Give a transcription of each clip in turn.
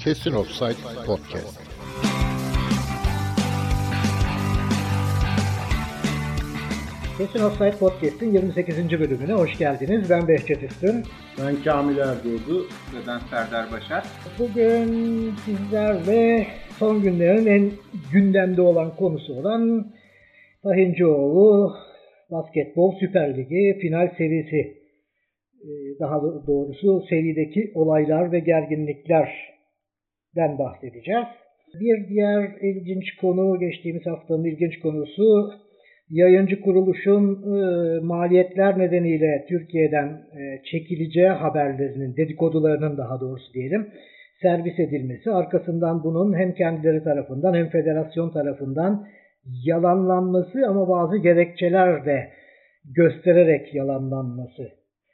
Kesin Offside Podcast. Kesin Offside Podcast'in 28. bölümüne hoş geldiniz. Ben Behçet Üstün. Ben Kamil Erdoğdu ve ben Serdar Başar. Bugün sizlerle son günlerin en gündemde olan konusu olan Tahincioğlu Basketbol Süper Ligi final serisi. Daha doğrusu serideki olaylar ve gerginliklerden bahsedeceğiz. Bir diğer ilginç konu, geçtiğimiz haftanın ilginç konusu, yayıncı kuruluşun maliyetler nedeniyle Türkiye'den çekileceği haberlerinin, dedikodularının daha doğrusu diyelim, servis edilmesi. Arkasından bunun hem kendileri tarafından hem federasyon tarafından yalanlanması ama bazı gerekçeler de göstererek yalanlanması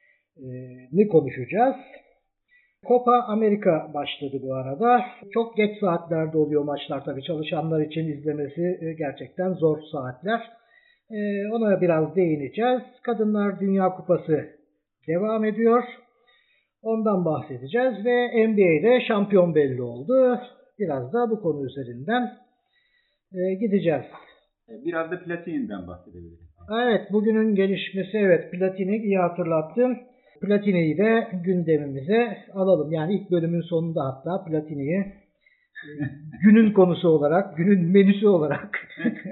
ne konuşacağız. Copa Amerika başladı bu arada. Çok geç saatlerde oluyor maçlar tabii. Çalışanlar için izlemesi gerçekten zor saatler. Ona biraz değineceğiz. Kadınlar Dünya Kupası devam ediyor. Ondan bahsedeceğiz ve NBA'de şampiyon belli oldu. Biraz da bu konu üzerinden gideceğiz. Biraz da Platini'den bahsedebiliriz. Evet, bugünün gelişmesi, evet, Platini, iyi hatırlattın. Platini'yi de gündemimize alalım. Yani ilk bölümün sonunda hatta Platini'yi günün konusu olarak, günün menüsü olarak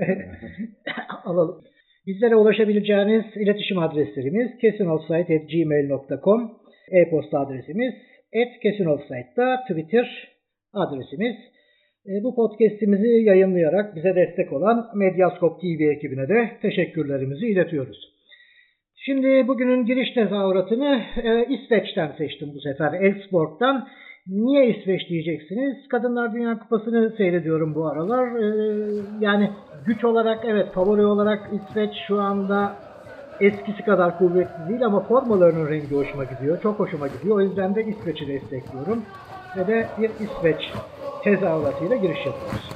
alalım. Bizlere ulaşabileceğiniz iletişim adreslerimiz kesinoffside@gmail.com, e-posta adresimiz @kesinoffside'da, Twitter adresimiz. Bu podcast'imizi yayınlayarak bize destek olan Medyascope TV ekibine de teşekkürlerimizi iletiyoruz. Şimdi bugünün giriş tezahüratını İsveç'ten seçtim bu sefer, Elfsborg'dan. Niye İsveç diyeceksiniz? Kadınlar Dünya Kupası'nı seyrediyorum bu aralar. Yani güç olarak evet, favori olarak İsveç şu anda eskisi kadar kuvvetli değil ama formalarının rengi hoşuma gidiyor. Çok hoşuma gidiyor. O yüzden de İsveç'i destekliyorum. Ve de bir İsveç tezahüratıyla giriş yapıyoruz.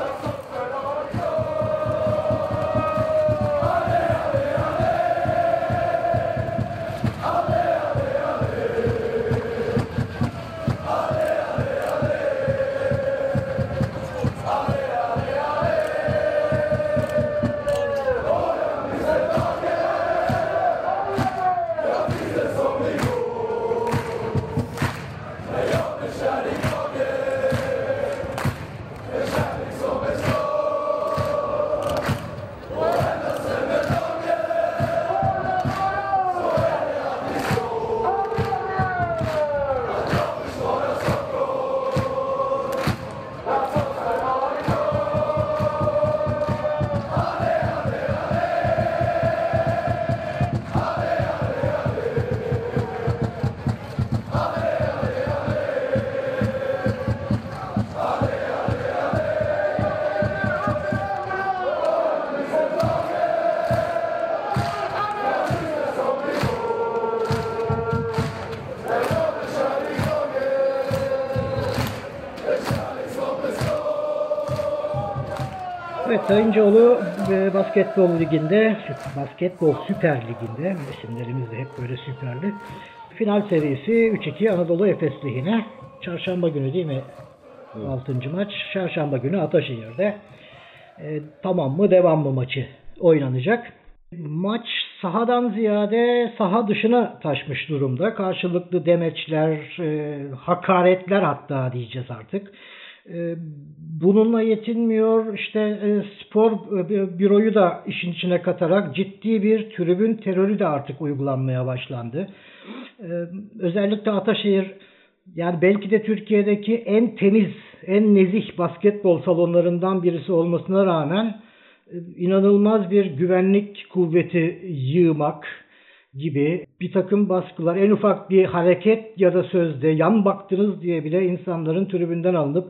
Evet, Tahincioğlu Basketbol Ligi'nde, Basketbol Süper Ligi'nde, isimlerimiz de hep böyle süperli. Final serisi 3-2 Anadolu Efes lehine. Çarşamba günü değil mi? Evet. 6. maç. Çarşamba günü Ataşehir'de tamam mı devam mı maçı oynanacak. Maç sahadan ziyade saha dışına taşmış durumda. Karşılıklı demeçler, hakaretler hatta diyeceğiz artık. Bununla yetinmiyor. İşte spor büroyu da işin içine katarak ciddi bir tribün terörü de artık uygulanmaya başlandı. Özellikle Ataşehir, yani belki de Türkiye'deki en temiz, en nezih basketbol salonlarından birisi olmasına rağmen inanılmaz bir güvenlik kuvveti yığmak gibi bir takım baskılar, en ufak bir hareket ya da sözde yan baktınız diye bile insanların tribünden alınıp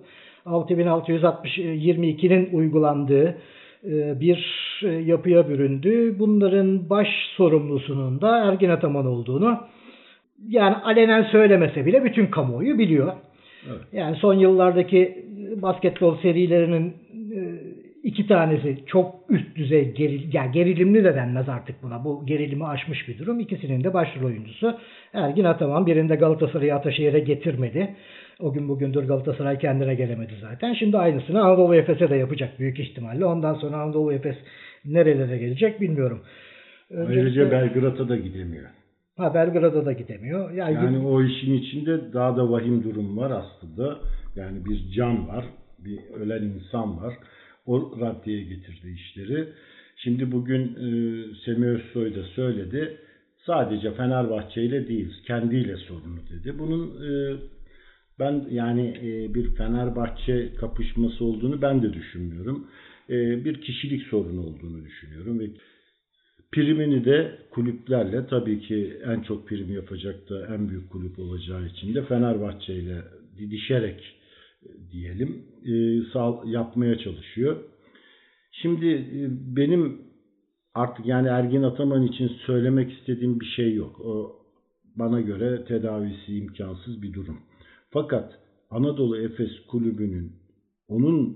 6622'nin uygulandığı bir yapıya büründü. Bunların baş sorumlusunun da Ergin Ataman olduğunu, yani alenen söylemese bile bütün kamuoyu biliyor. Evet. Yani son yıllardaki basketbol serilerinin iki tanesi çok üst düzey gerilimli de denmez artık buna. Bu gerilimi aşmış bir durum. İkisinin de başrol oyuncusu Ergin Ataman. Birinde Galatasaray'ı Ataşehir'e getirmedi. O gün bugündür Galatasaray kendine gelemedi zaten. Şimdi aynısını Anadolu Efes'e de yapacak büyük ihtimalle. Ondan sonra Anadolu Efes nerelere gelecek bilmiyorum. Ayrıca Belgrad'a da gidemiyor. Belgrad'a da gidemiyor. Yani o işin içinde daha da vahim durum var aslında. Yani bir can var, bir ölen insan var. O raddeye getirdi işleri. Şimdi bugün Semih Özsoy da söyledi. Sadece Fenerbahçe ile değil, kendiyle sorunu dedi. Bunun ben yani bir Fenerbahçe kapışması olduğunu ben de düşünmüyorum. Bir kişilik sorunu olduğunu düşünüyorum ve primini de kulüplerle, tabii ki en çok prim yapacak da en büyük kulüp olacağı için de Fenerbahçe ile didişerek diyelim yapmaya çalışıyor. Şimdi benim artık yani Ergin Ataman için söylemek istediğim bir şey yok. O bana göre tedavisi imkansız bir durum. Fakat Anadolu Efes Kulübü'nün onun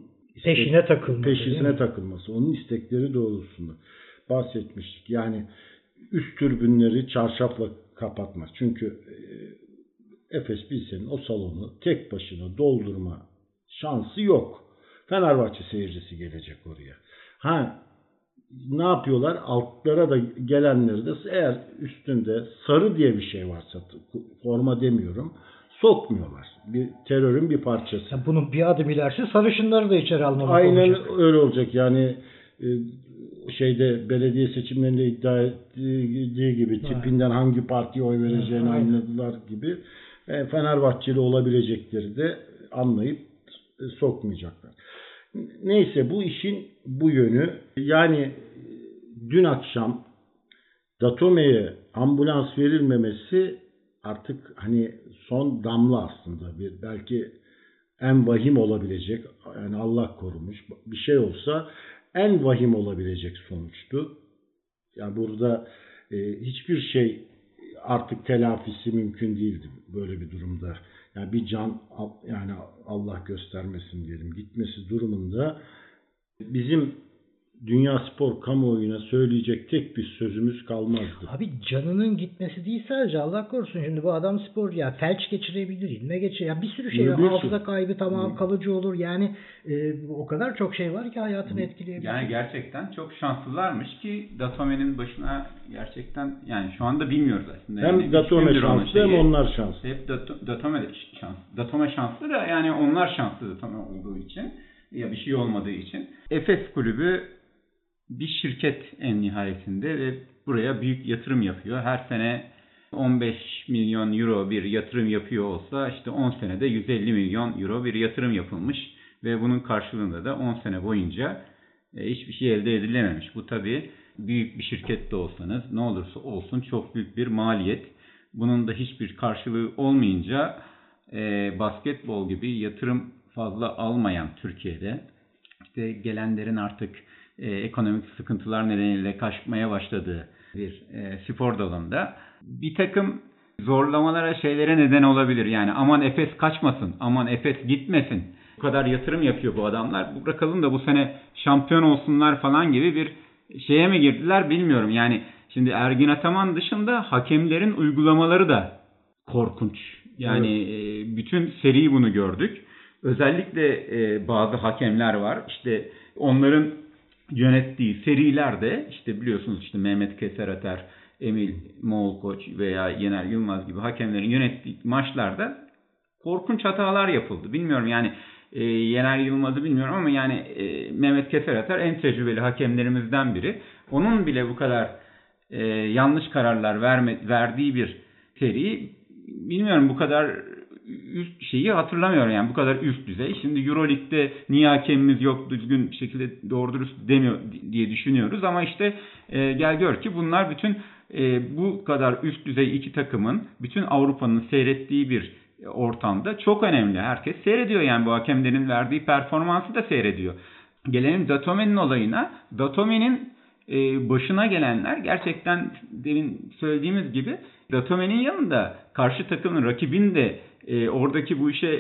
peşine takılması, onun istekleri doğrultusunda bahsetmiştik. Yani üst tribünleri çarşafla kapatmak. Çünkü Efes Pilsen'in o salonu tek başına doldurma şansı yok. Fenerbahçe seyircisi gelecek oraya. Ne yapıyorlar? Altlara da gelenleri de eğer üstünde sarı diye bir şey varsa, forma demiyorum, sokmuyorlar. Bir terörün bir parçası. Bunun bir adım ilerisi sarışınları da içeri almamak aynen olacak. Aynen öyle olacak. Yani belediye seçimlerinde iddia ettiği gibi tipinden hangi partiye oy vereceğini anladılar gibi Fenerbahçeli olabilecekleri de anlayıp sokmayacaklar. Neyse, bu işin bu yönü. Yani dün akşam Datome'ye ambulans verilmemesi artık hani son damla aslında. Belki en vahim olabilecek, yani Allah korumuş bir şey olsa en vahim olabilecek sonuçtu. Yani burada hiçbir şey artık telafisi mümkün değildi böyle bir durumda. Yani bir can, yani Allah göstermesin diyelim, gitmesi durumunda bizim dünya spor kamuoyuna söyleyecek tek bir sözümüz kalmazdı. Abi canının gitmesi değil sadece, Allah korusun, şimdi bu adam spor ya felç geçirebilir, inme geçirebilir. Ya bir sürü şey var. Hafıza kaybı tamam kalıcı olur. Yani o kadar çok şey var ki hayatını etkileyebilir. Yani gerçekten çok şanslılarmış ki Datome'nin başına gerçekten, yani şu anda bilmiyoruz aslında. Hem yani Datome şanslı hem onlar şanslı. Hep Datome şanslı. Datome şanslı da yani onlar şanslı Datome olduğu için ya bir şey olmadığı için. Efes Kulübü bir şirket en nihayetinde ve buraya büyük yatırım yapıyor. Her sene 15 milyon euro bir yatırım yapıyor olsa işte 10 senede 150 milyon euro bir yatırım yapılmış ve bunun karşılığında da 10 sene boyunca hiçbir şey elde edilememiş. Bu tabii büyük bir şirket de olsanız ne olursa olsun çok büyük bir maliyet. Bunun da hiçbir karşılığı olmayınca basketbol gibi yatırım fazla almayan Türkiye'de işte gelenlerin artık ekonomik sıkıntılar nedeniyle kaçmaya başladığı bir spor dalında bir takım zorlamalara, şeylere neden olabilir. Yani aman Efes kaçmasın, aman Efes gitmesin. Bu kadar yatırım yapıyor bu adamlar. Bırakalım da bu sene şampiyon olsunlar falan gibi bir şeye mi girdiler bilmiyorum. Yani şimdi Ergin Ataman dışında hakemlerin uygulamaları da korkunç. Yani bütün seri bunu gördük. Özellikle bazı hakemler var. İşte onların yönettiği serilerde işte biliyorsunuz işte Mehmet Keserater, Emil Moğolkoç veya Yener Yılmaz gibi hakemlerin yönettiği maçlarda korkunç hatalar yapıldı. Bilmiyorum yani Yener Yılmaz'ı bilmiyorum ama yani Mehmet Keserater en tecrübeli hakemlerimizden biri. Onun bile bu kadar yanlış kararlar verdiği bir seri, bilmiyorum, bu kadar üst şeyi hatırlamıyorum yani, bu kadar üst düzey. Şimdi Euroleague'de niye hakemimiz yok, düzgün bir şekilde doğru dürüst demiyor diye düşünüyoruz ama işte gel gör ki bunlar bütün bu kadar üst düzey iki takımın bütün Avrupa'nın seyrettiği bir ortamda çok önemli. Herkes seyrediyor yani, bu hakemlerin verdiği performansı da seyrediyor. Gelelim Datome'nin olayına. Datome'nin başına gelenler gerçekten demin söylediğimiz gibi Datome'nin yanında karşı takımın, rakibin de oradaki bu işe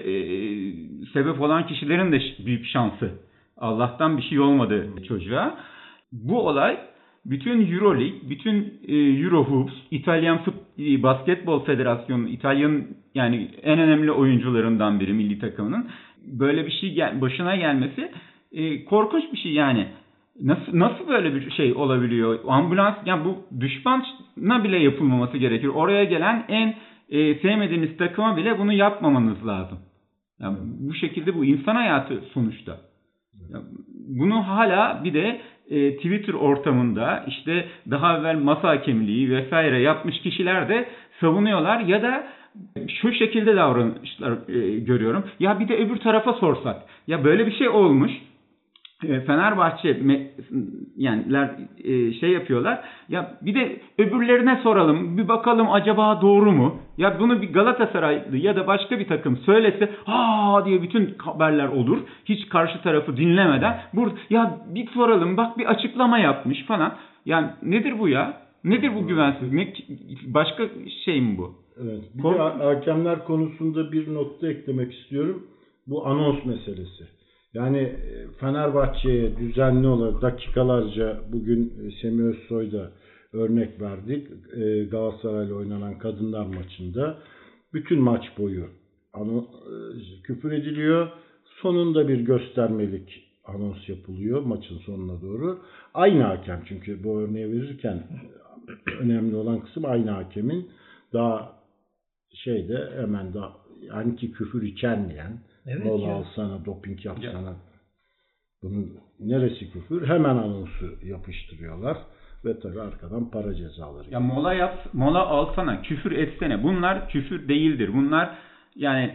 sebep olan kişilerin de büyük şansı. Allah'tan bir şey olmadı çocuğa. Bu olay bütün Euroleague, bütün Eurohoops, İtalyan Basketbol Federasyonu İtalya'nın yani en önemli oyuncularından biri milli takımının böyle bir şey başına gelmesi korkunç bir şey yani. Nasıl böyle bir şey olabiliyor? Ambulans yani bu düşmana bile yapılmaması gerekir. Oraya gelen en sevmediğiniz takıma bile bunu yapmamanız lazım. Yani bu şekilde bu insan hayatı sonuçta. Yani bunu hala bir de Twitter ortamında işte daha evvel masa hakemliği vesaire yapmış kişiler de savunuyorlar ya da şu şekilde davranışlar görüyorum. Ya bir de öbür tarafa sorsak. Ya böyle bir şey olmuş. Fenerbahçe yani şey yapıyorlar. Ya bir de öbürlerine soralım. Bir bakalım acaba doğru mu? Ya bunu bir Galatasaraylı ya da başka bir takım söylese diye bütün haberler olur. Hiç karşı tarafı dinlemeden. Ya bir soralım bak bir açıklama yapmış falan. Yani nedir bu ya? Nedir bu güvensizlik? Başka şey mi bu? Evet. Bir de hakemler konusunda bir nokta eklemek istiyorum. Bu anons meselesi. Yani Fenerbahçe'ye düzenli olarak dakikalarca bugün Semih Özsoy'da örnek verdik. Galatasaray'la oynanan kadınlar maçında bütün maç boyu küfür ediliyor. Sonunda bir göstermelik anons yapılıyor maçın sonuna doğru. Aynı hakem çünkü bu örneği verirken önemli olan kısım aynı hakemin daha hemen daha yani ki küfür içermeyen mola alsana, doping yapsana. Bunun neresi küfür? Hemen anonsu yapıştırıyorlar ve tabii arkadan para cezaları. Ya mola alsana, küfür etsene. Bunlar küfür değildir. Bunlar yani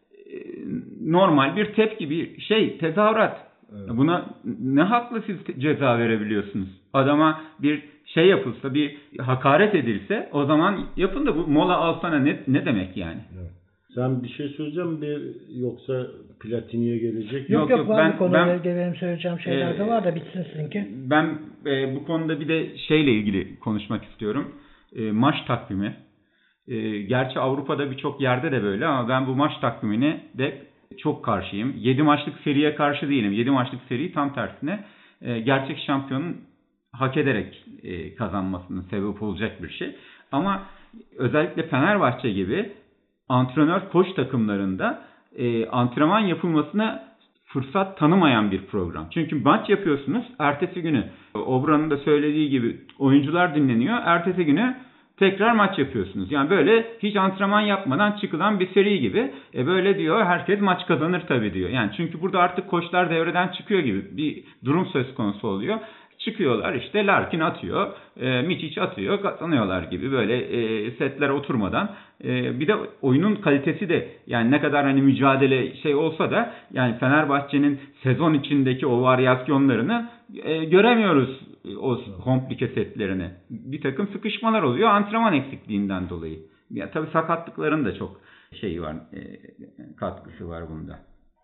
normal bir tepki, bir tezahürat. Evet. Buna ne haklı siz ceza verebiliyorsunuz? Adama bir şey yapılsa, bir hakaret edilse o zaman yapın da bu mola alsana ne demek yani? Evet. Sen bir şey söyleyeceğim mi yoksa Platini'ye gelecek? Yok ben konuyla ilgili benim söyleyeceğim şeyler de var da bitsin sizinki. Ben bu konuda bir de şeyle ilgili konuşmak istiyorum. Maç takvimi. Gerçi Avrupa'da birçok yerde de böyle ama ben bu maç takvimine de çok karşıyım. 7 maçlık seriye karşı değilim. 7 maçlık seri tam tersine gerçek şampiyonun hak ederek kazanmasının sebep olacak bir şey. Ama özellikle Fenerbahçe gibi antrenör koç takımlarında antrenman yapılmasına fırsat tanımayan bir program. Çünkü maç yapıyorsunuz, ertesi günü Obra'nın da söylediği gibi oyuncular dinleniyor. Ertesi günü tekrar maç yapıyorsunuz. Yani böyle hiç antrenman yapmadan çıkılan bir seri gibi. Böyle diyor herkes maç kazanır tabii diyor. Yani çünkü burada artık koçlar devreden çıkıyor gibi bir durum söz konusu oluyor. Çıkıyorlar işte Larkin atıyor, Mičić atıyor, kazanıyorlar gibi böyle setler oturmadan. Bir de oyunun kalitesi de yani ne kadar hani mücadele olsa da yani Fenerbahçe'nin sezon içindeki o varyasyonlarını göremiyoruz o komplike setlerini. Bir takım sıkışmalar oluyor antrenman eksikliğinden dolayı. Ya tabii sakatlıkların da çok var, katkısı var bunda.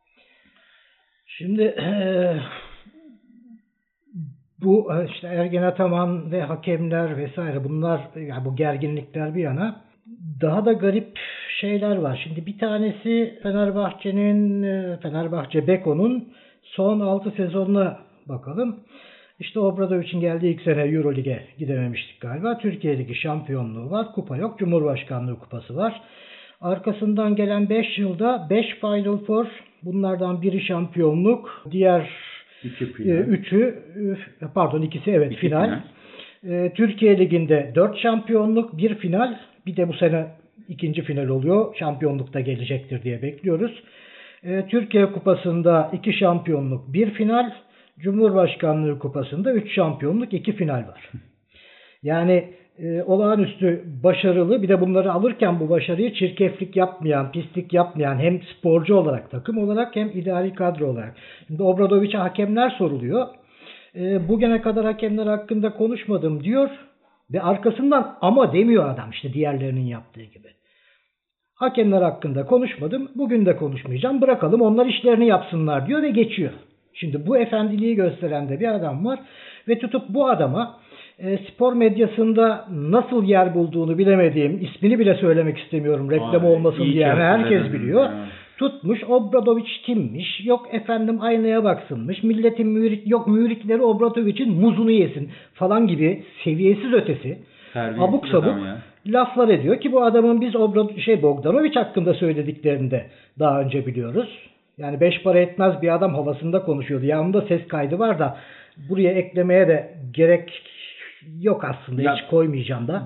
Şimdi bu işte Ergen Ataman ve hakemler vesaire bunlar yani bu gerginlikler bir yana daha da garip şeyler var. Şimdi bir tanesi Fenerbahçe Beko'nun son 6 sezonuna bakalım. İşte Obradovic'in geldiği ilk sene Eurolig'e gidememiştik galiba. Türkiye Ligi şampiyonluğu var. Kupa yok. Cumhurbaşkanlığı kupası var. Arkasından gelen 5 yılda 5 Final Four. Bunlardan biri şampiyonluk. Diğer ikisi final. Türkiye Ligi'nde 4 şampiyonluk, 1 final. Bir de bu sene ikinci final oluyor. Şampiyonluk da gelecektir diye bekliyoruz. Türkiye Kupası'nda 2 şampiyonluk, 1 final. Cumhurbaşkanlığı Kupası'nda 3 şampiyonluk, 2 final var. Yani olağanüstü başarılı, bir de bunları alırken bu başarıyı çirkeflik yapmayan, pislik yapmayan hem sporcu olarak, takım olarak hem idari kadro olarak. Şimdi Obradovic'e hakemler soruluyor. Bugüne kadar hakemler hakkında konuşmadım diyor ve arkasından ama demiyor adam işte diğerlerinin yaptığı gibi. Hakemler hakkında konuşmadım, bugün de konuşmayacağım, bırakalım onlar işlerini yapsınlar diyor ve geçiyor. Şimdi bu efendiliği gösteren de bir adam var ve tutup bu adama spor medyasında nasıl yer bulduğunu bilemediğim, ismini bile söylemek istemiyorum reklam olmasın diye herkes biliyor. Tutmuş Obradovic kimmiş, yok efendim aynaya baksınmış, milletin müritleri Obradovic'in muzunu yesin falan gibi seviyesiz ötesi abuk sabuk laflar ediyor ki bu adamın biz Bogdanovic hakkında söylediklerini de daha önce biliyoruz. Yani 5 para etmez bir adam havasında konuşuyordu. Yanında ses kaydı var da buraya eklemeye de gerek yok aslında. Hiç koymayacağım da.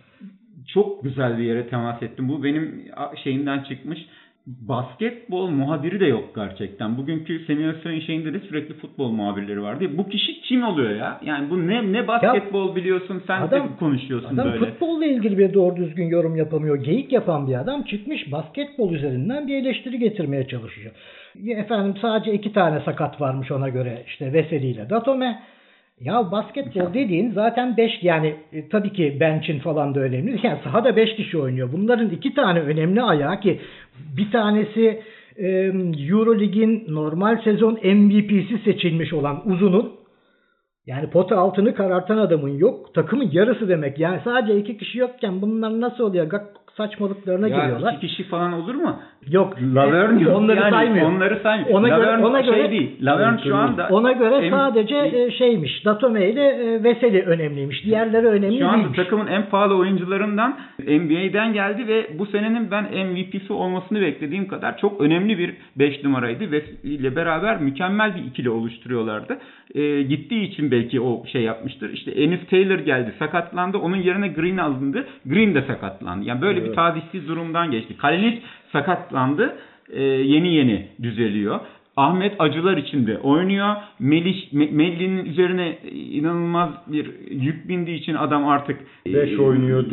Çok güzel bir yere temas ettim. Bu benim şeyimden çıkmış. Basketbol muhabiri de yok gerçekten. Bugünkü Semih Özsoy'un şeyinde de sürekli futbol muhabirleri vardı. Bu kişi kim oluyor ya? Yani bu ne basketbol biliyorsun sen de konuşuyorsun adam böyle. Adam futbolla ilgili bir doğru düzgün yorum yapamıyor. Geyik yapan bir adam çıkmış basketbol üzerinden bir eleştiri getirmeye çalışıyor. Efendim sadece 2 tane sakat varmış ona göre. İşte Veseli ile Datome. Ya basketbol dediğin zaten 5 yani tabii ki bench'in falan da önemli. Yani sahada 5 kişi oynuyor. Bunların 2 tane önemli ayağı ki bir tanesi Eurolig'in normal sezon MVP'si seçilmiş olan uzunun yani pota altını karartan adamın yok. Takımın yarısı demek. Yani sadece 2 kişi yokken bunlar nasıl oluyor? Saçmalıklarına giriyorlar. 2 kişi falan olur mu? Yok. Laverne yok. Onları yani saymıyor. Onları saymıyor. Ona göre değil. Laverne şu anda ona göre sadece şeymiş. Datome ile Veseli önemliymiş. Diğerleri önemli değilmiş. Şu anda takımın en pahalı oyuncularından NBA'den geldi ve bu senenin ben MVP'si olmasını beklediğim kadar çok önemli bir 5 numaraydı. Veseli ile beraber mükemmel bir ikili oluşturuyorlardı. Gittiği için belki o şey yapmıştır. İşte Enes Taylor geldi, sakatlandı. Onun yerine Green alındı. Green de sakatlandı. Yani böyle bir talihsiz durumdan geçti. Kalinic sakatlandı. Yeni düzeliyor. Ahmet acılar içinde oynuyor. Melih'in üzerine inanılmaz bir yük bindiği için adam artık 5 oynuyor,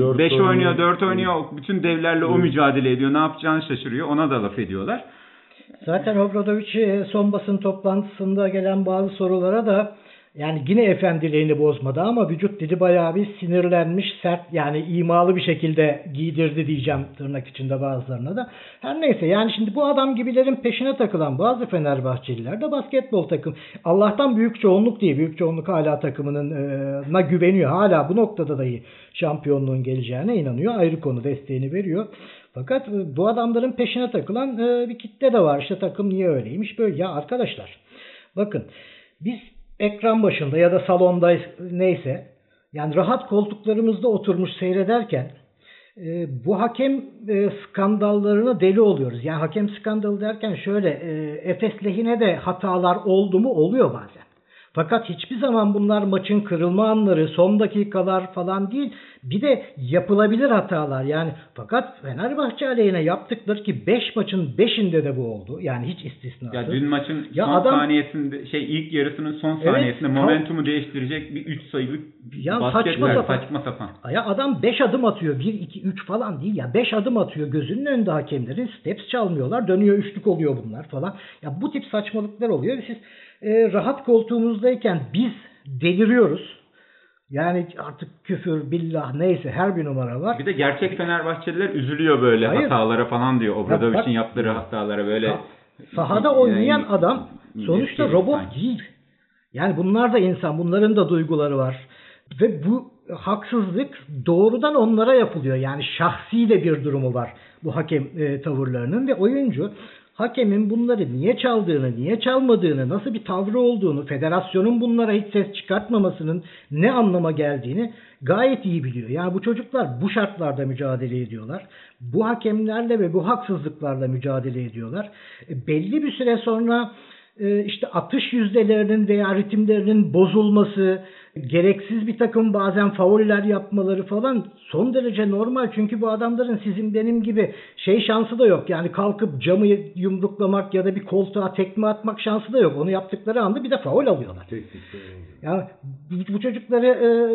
4 oynuyor. Bütün devlerle o mücadele ediyor. Ne yapacağını şaşırıyor. Ona da laf ediyorlar. Zaten Obradovic son basın toplantısında gelen bazı sorulara da yani yine efendiliğini bozmadı ama vücut dili bayağı bir sinirlenmiş, sert yani imalı bir şekilde giydirdi diyeceğim tırnak içinde bazılarına da. Her neyse yani şimdi bu adam gibilerin peşine takılan bazı Fenerbahçeliler de basketbol takım. Allah'tan büyük çoğunluk değil. Büyük çoğunluk hala takımına güveniyor. Hala bu noktada dahi şampiyonluğun geleceğine inanıyor. Ayrı konu desteğini veriyor. Fakat bu adamların peşine takılan bir kitle de var. İşte takım niye öyleymiş böyle. Ya arkadaşlar bakın biz ekran başında ya da salonda neyse yani rahat koltuklarımızda oturmuş seyrederken bu hakem skandallarına deli oluyoruz. Yani hakem skandalı derken şöyle Efes lehine de hatalar oldu mu oluyor bazen. Fakat hiçbir zaman bunlar maçın kırılma anları, son dakikalar falan değil. Bir de yapılabilir hatalar. Yani fakat Fenerbahçe aleyhine yaptıkları ki 5 maçın 5'inde de bu oldu. Yani hiç istisnasız. Ya dün maçın saniyesinde ilk yarısının son saniyesinde momentumu değiştirecek bir 3 sayılık basket saçma sapan. Ya adam 5 adım atıyor. 1 2 3 falan değil ya. 5 adım atıyor. Gözünün önünde hakemlerin steps çalmıyorlar. Dönüyor üçlük oluyor bunlar falan. Ya bu tip saçmalıklar oluyor. Siz rahat koltuğumuzdayken biz deliriyoruz. Yani artık küfür, billah neyse her bir numara var. Bir de gerçek Fenerbahçeliler üzülüyor böyle hatalara falan diyor. Obradovic'in yaptığı hatalara böyle. Sahada oynayan adam sonuçta robot değil. Yani bunlar da insan, bunların da duyguları var. Ve bu haksızlık doğrudan onlara yapılıyor. Yani şahsi de bir durumu var bu hakem tavırlarının ve oyuncu hakemin bunları niye çaldığını, niye çalmadığını, nasıl bir tavrı olduğunu, federasyonun bunlara hiç ses çıkartmamasının ne anlama geldiğini gayet iyi biliyor. Yani bu çocuklar bu şartlarda mücadele ediyorlar. Bu hakemlerle ve bu haksızlıklarla mücadele ediyorlar. Belli bir süre sonra işte atış yüzdelerinin veya ritimlerinin bozulması, gereksiz bir takım bazen fauller yapmaları falan son derece normal. Çünkü bu adamların sizin benim gibi şansı da yok. Yani kalkıp camı yumruklamak ya da bir koltuğa tekme atmak şansı da yok. Onu yaptıkları anda bir de faul alıyorlar. Yani bu çocukları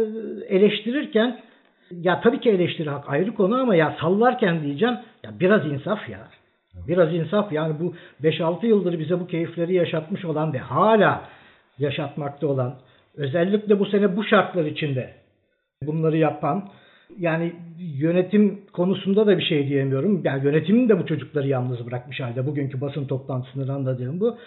eleştirirken ya tabii ki eleştiri hak ayrı konu ama ya sallarken diyeceğim ya biraz insaf ya. Biraz insaf yani bu 5-6 yıldır bize bu keyifleri yaşatmış olan ve hala yaşatmakta olan özellikle bu sene bu şartlar içinde bunları yapan yani yönetim konusunda da bir şey diyemiyorum. Yani yönetimin de bu çocukları yalnız bırakmış halde. Bugünkü basın toplantısından anladığım bu.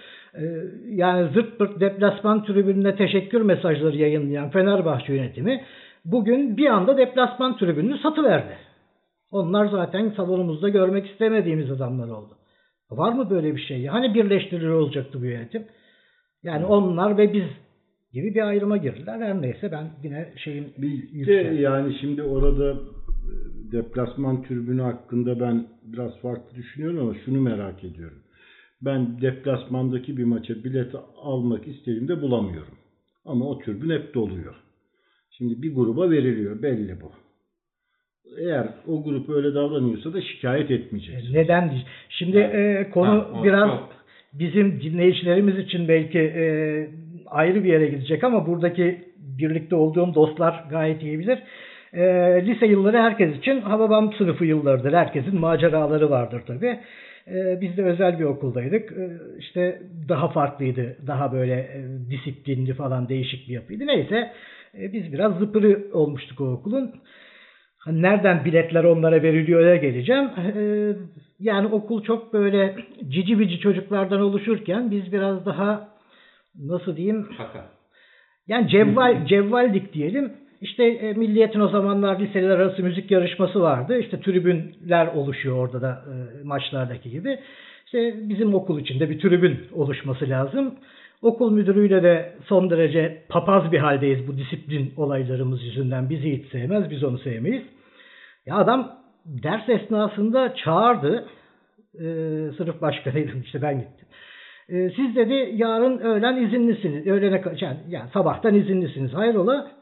Yani zırt pırt deplasman tribününe teşekkür mesajları yayınlayan Fenerbahçe yönetimi bugün bir anda deplasman tribününü satıverdi. Onlar zaten salonumuzda görmek istemediğimiz adamlar oldu. Var mı böyle bir şey? Hani birleştirilir olacaktı bu yönetim? Yani onlar ve biz gibi bir ayrıma girdiler. Her neyse ben yine yani şimdi orada deplasman tribünü hakkında ben biraz farklı düşünüyorum ama şunu merak ediyorum. Ben deplasmandaki bir maça bilet almak istediğimde bulamıyorum. Ama o tribün hep doluyor. Şimdi bir gruba veriliyor, belli bu. Eğer o grup öyle davranıyorsa da şikayet etmeyeceğiz. Neden? Şimdi konu biraz bizim dinleyicilerimiz için belki ayrı bir yere gidecek ama buradaki birlikte olduğum dostlar gayet iyi bilir. Lise yılları herkes için Hababam sınıfı yıllardır. Herkesin maceraları vardır tabii. Biz de özel bir okuldaydık. İşte daha farklıydı. Daha böyle disiplinli falan değişik bir yapıydı. Neyse biz biraz zıpırı olmuştuk o okulun. Nereden biletler onlara veriliyor'a geleceğim. Yani okul çok böyle cici bici çocuklardan oluşurken biz biraz daha nasıl diyeyim? Yani cevvaldik diyelim. İşte Milliyet'in o zamanlar liseler arası müzik yarışması vardı. İşte tribünler oluşuyor orada da maçlardaki gibi. İşte bizim okul içinde bir tribün oluşması lazım. Okul müdürüyle de son derece papaz bir haldeyiz bu disiplin olaylarımız yüzünden. Bizi hiç sevmez, biz onu sevmeyiz. Ya adam ders esnasında çağırdı. Sınıf başkanıydım, işte ben gittim. Siz dedi yarın öğlen izinlisiniz. Yani sabahtan izinlisiniz. Hayrola?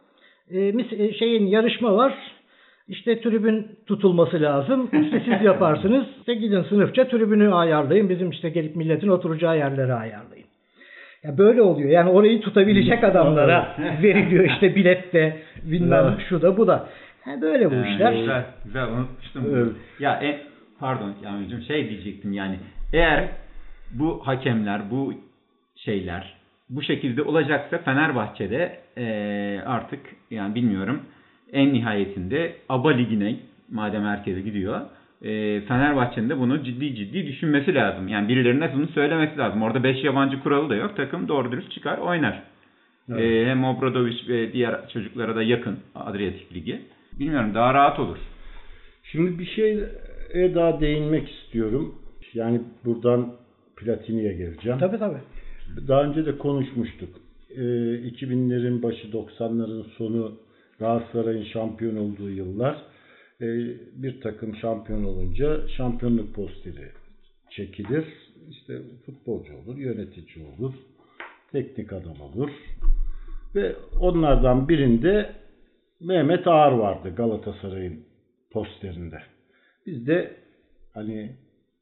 Yarışma var. İşte tribün tutulması lazım. İşte siz yaparsınız. İşte gidin sınıfça tribünü ayarlayın. Bizim işte gelip milletin oturacağı yerleri ayarlayın. Ya böyle oluyor. Yani orayı tutabilecek adamlara veriliyor işte bilet de bilmem şu da bu da. Böyle bu işler. Güzel unutmuştum. Evet. Ya pardon Kamil'cim diyecektim yani. Eğer bu hakemler, bu şeyler bu şekilde olacaksa Fenerbahçe'de artık yani bilmiyorum en nihayetinde ABA Ligi'ne madem herkese gidiyor Fenerbahçe'nin de bunu ciddi düşünmesi lazım. Yani birilerine bunu söylemesi lazım. Orada 5 yabancı kuralı da yok. Takım doğru dürüst çıkar oynar. Evet. Hem Obradovic ve diğer çocuklara da yakın Adriyatik Ligi. Bilmiyorum daha rahat olur. Şimdi bir şeye daha değinmek istiyorum. Yani buradan Platini'ye geleceğim. Tabii. Daha önce de konuşmuştuk. 2000'lerin başı 90'ların sonu Galatasaray'ın şampiyon olduğu yıllar bir takım şampiyon olunca şampiyonluk posteri çekilir. İşte futbolcu olur, yönetici olur, teknik adam olur. Ve onlardan birinde Mehmet Ağar vardı Galatasaray'ın posterinde. Biz de hani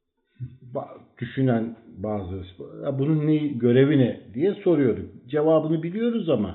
düşünen bazı bunun görevi ne diye soruyorduk. Cevabını biliyoruz ama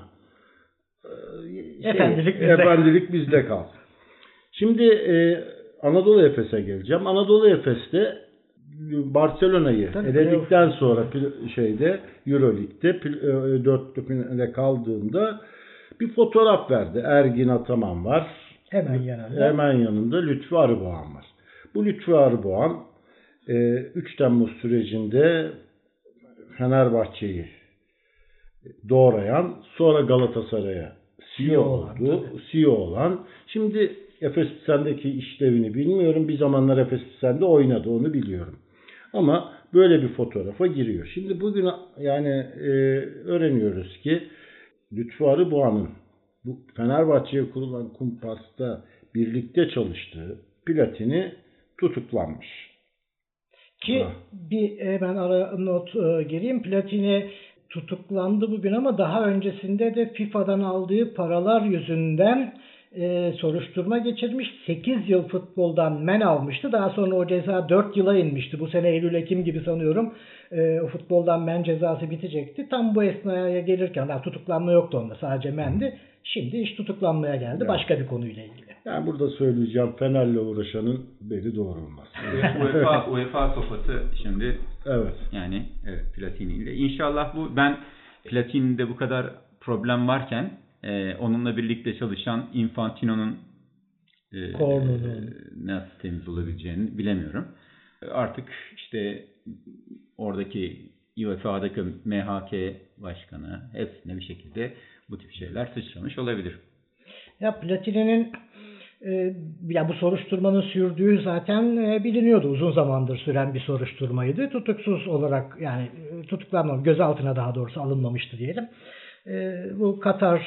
efendilik bizde kalsın. Şimdi Anadolu Efes'e geleceğim. Anadolu Efes'te Barcelona'yı eledikten sonra Euroleague'de dörtlük finale kaldığında bir fotoğraf verdi. Ergin Ataman var. Hemen yanında Lütfü Arıboğan var. Bu Lütfü Arıboğan 3 Temmuz sürecinde Fenerbahçe'yi doğrayan, sonra Galatasaray'a CEO olan. Şimdi Efes Pilsen'deki işlevini bilmiyorum. Bir zamanlar Efes Pilsen'de oynadı, onu biliyorum. Ama böyle bir fotoğrafa giriyor. Şimdi bugün yani öğreniyoruz ki Lütfü Arıboğan'ın bu Fenerbahçe'ye kurulan kumpasta birlikte çalıştığı Platini tutuklanmış. Ki bir hemen ara not gireyim. Platini tutuklandı bugün ama daha öncesinde de FIFA'dan aldığı paralar yüzünden soruşturma geçirmiş. 8 yıl futboldan men almıştı. Daha sonra o ceza 4 yıla inmişti. Bu sene Eylül-Ekim gibi sanıyorum o futboldan men cezası bitecekti. Tam bu esnaya gelirken daha tutuklanma yoktu onda. Sadece mendi. Şimdi iş tutuklanmaya geldi. Evet. Başka bir konuyla ilgili. Yani burada söyleyeceğim Fener'le uğraşanın beli doğrulmaz. UEFA sopası şimdi. Evet. Yani Platini ile. İnşallah ben Platini'de bu kadar problem varken onunla birlikte çalışan Infantino'nun nasıl temiz olabileceğini bilemiyorum. Artık işte oradaki UEFA'daki MHK başkanı hepsine bir şekilde bu tip şeyler sıçramış olabilir. Ya Platini'nin bu soruşturmanın sürdüğü zaten biliniyordu. Uzun zamandır süren bir soruşturmaydı. Tutuksuz olarak yani tutuklanmamış, gözaltına daha doğrusu alınmamıştı diyelim. Bu Katar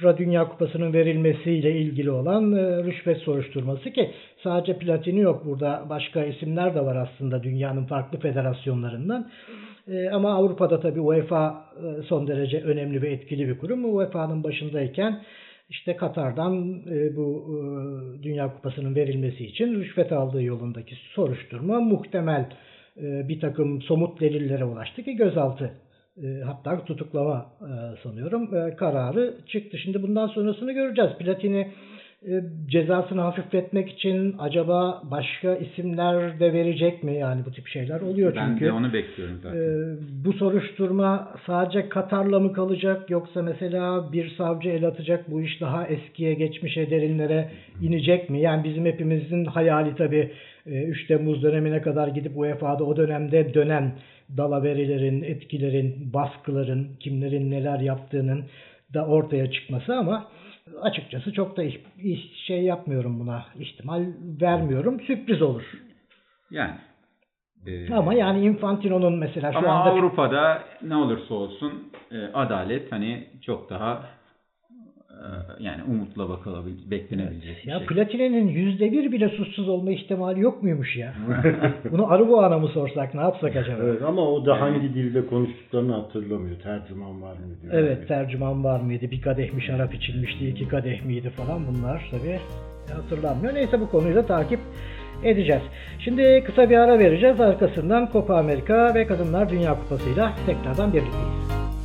Dünya Kupası'nın verilmesiyle ilgili olan rüşvet soruşturması, ki sadece Platini yok, burada başka isimler de var aslında dünyanın farklı federasyonlarından. Ama Avrupa'da tabii UEFA son derece önemli ve etkili bir kurum. UEFA'nın başındayken işte Katar'dan bu Dünya Kupası'nın verilmesi için rüşvet aldığı yolundaki soruşturma muhtemel bir takım somut delillere ulaştı ki gözaltı, hatta tutuklama sanıyorum kararı çıktı. Şimdi bundan sonrasını göreceğiz. Platini cezasını hafifletmek için acaba başka isimler de verecek mi? Yani bu tip şeyler oluyor çünkü. Ben de onu bekliyorum zaten. Bu soruşturma sadece Katar'la mı kalacak, yoksa mesela bir savcı el atacak, bu iş daha eskiye, geçmişe, derinlere inecek mi? Yani bizim hepimizin hayali tabii 3 Temmuz dönemine kadar gidip UEFA'da o dönemde dönen dalaverilerin, etkilerin, baskıların, kimlerin neler yaptığının da ortaya çıkması, ama açıkçası çok da şey yapmıyorum buna, ihtimal vermiyorum. Sürpriz olur. Yani. Ama yani Infantino'nun mesela şu ama anda Avrupa'da ne olursa olsun adalet hani çok daha yani umutla beklenebilecek bir ya şey. Platini'nin %1 bile suçsuz olma ihtimali yok muymuş ya? Bunu Arıboğan'a mı sorsak, ne yapsak acaba? Evet, ama o da hangi dilde konuştuklarını hatırlamıyor. Tercüman var mı diyor. Evet, tercüman var mıydı? Bir kadeh mi şarap içilmişti, 2 kadeh miydi falan, bunlar tabii hatırlanmıyor. Neyse, bu konuyu da takip edeceğiz. Şimdi kısa bir ara vereceğiz. Arkasından Copa America ve Kadınlar Dünya Kupası'yla tekrardan birlikteyiz.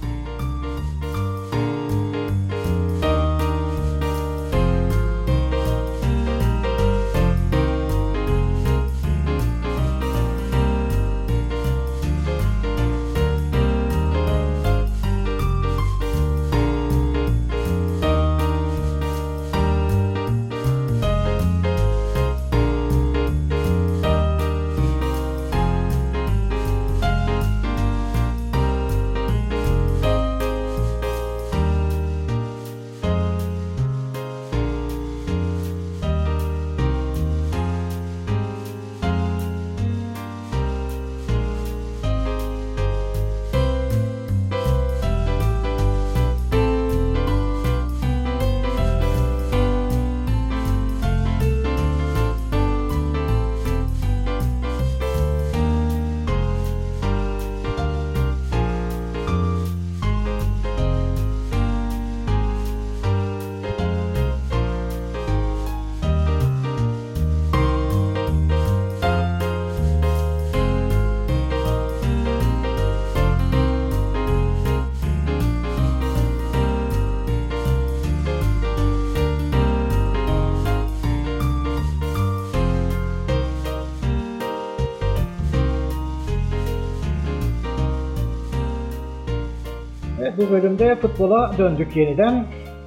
Bu bölümde futbola döndük yeniden.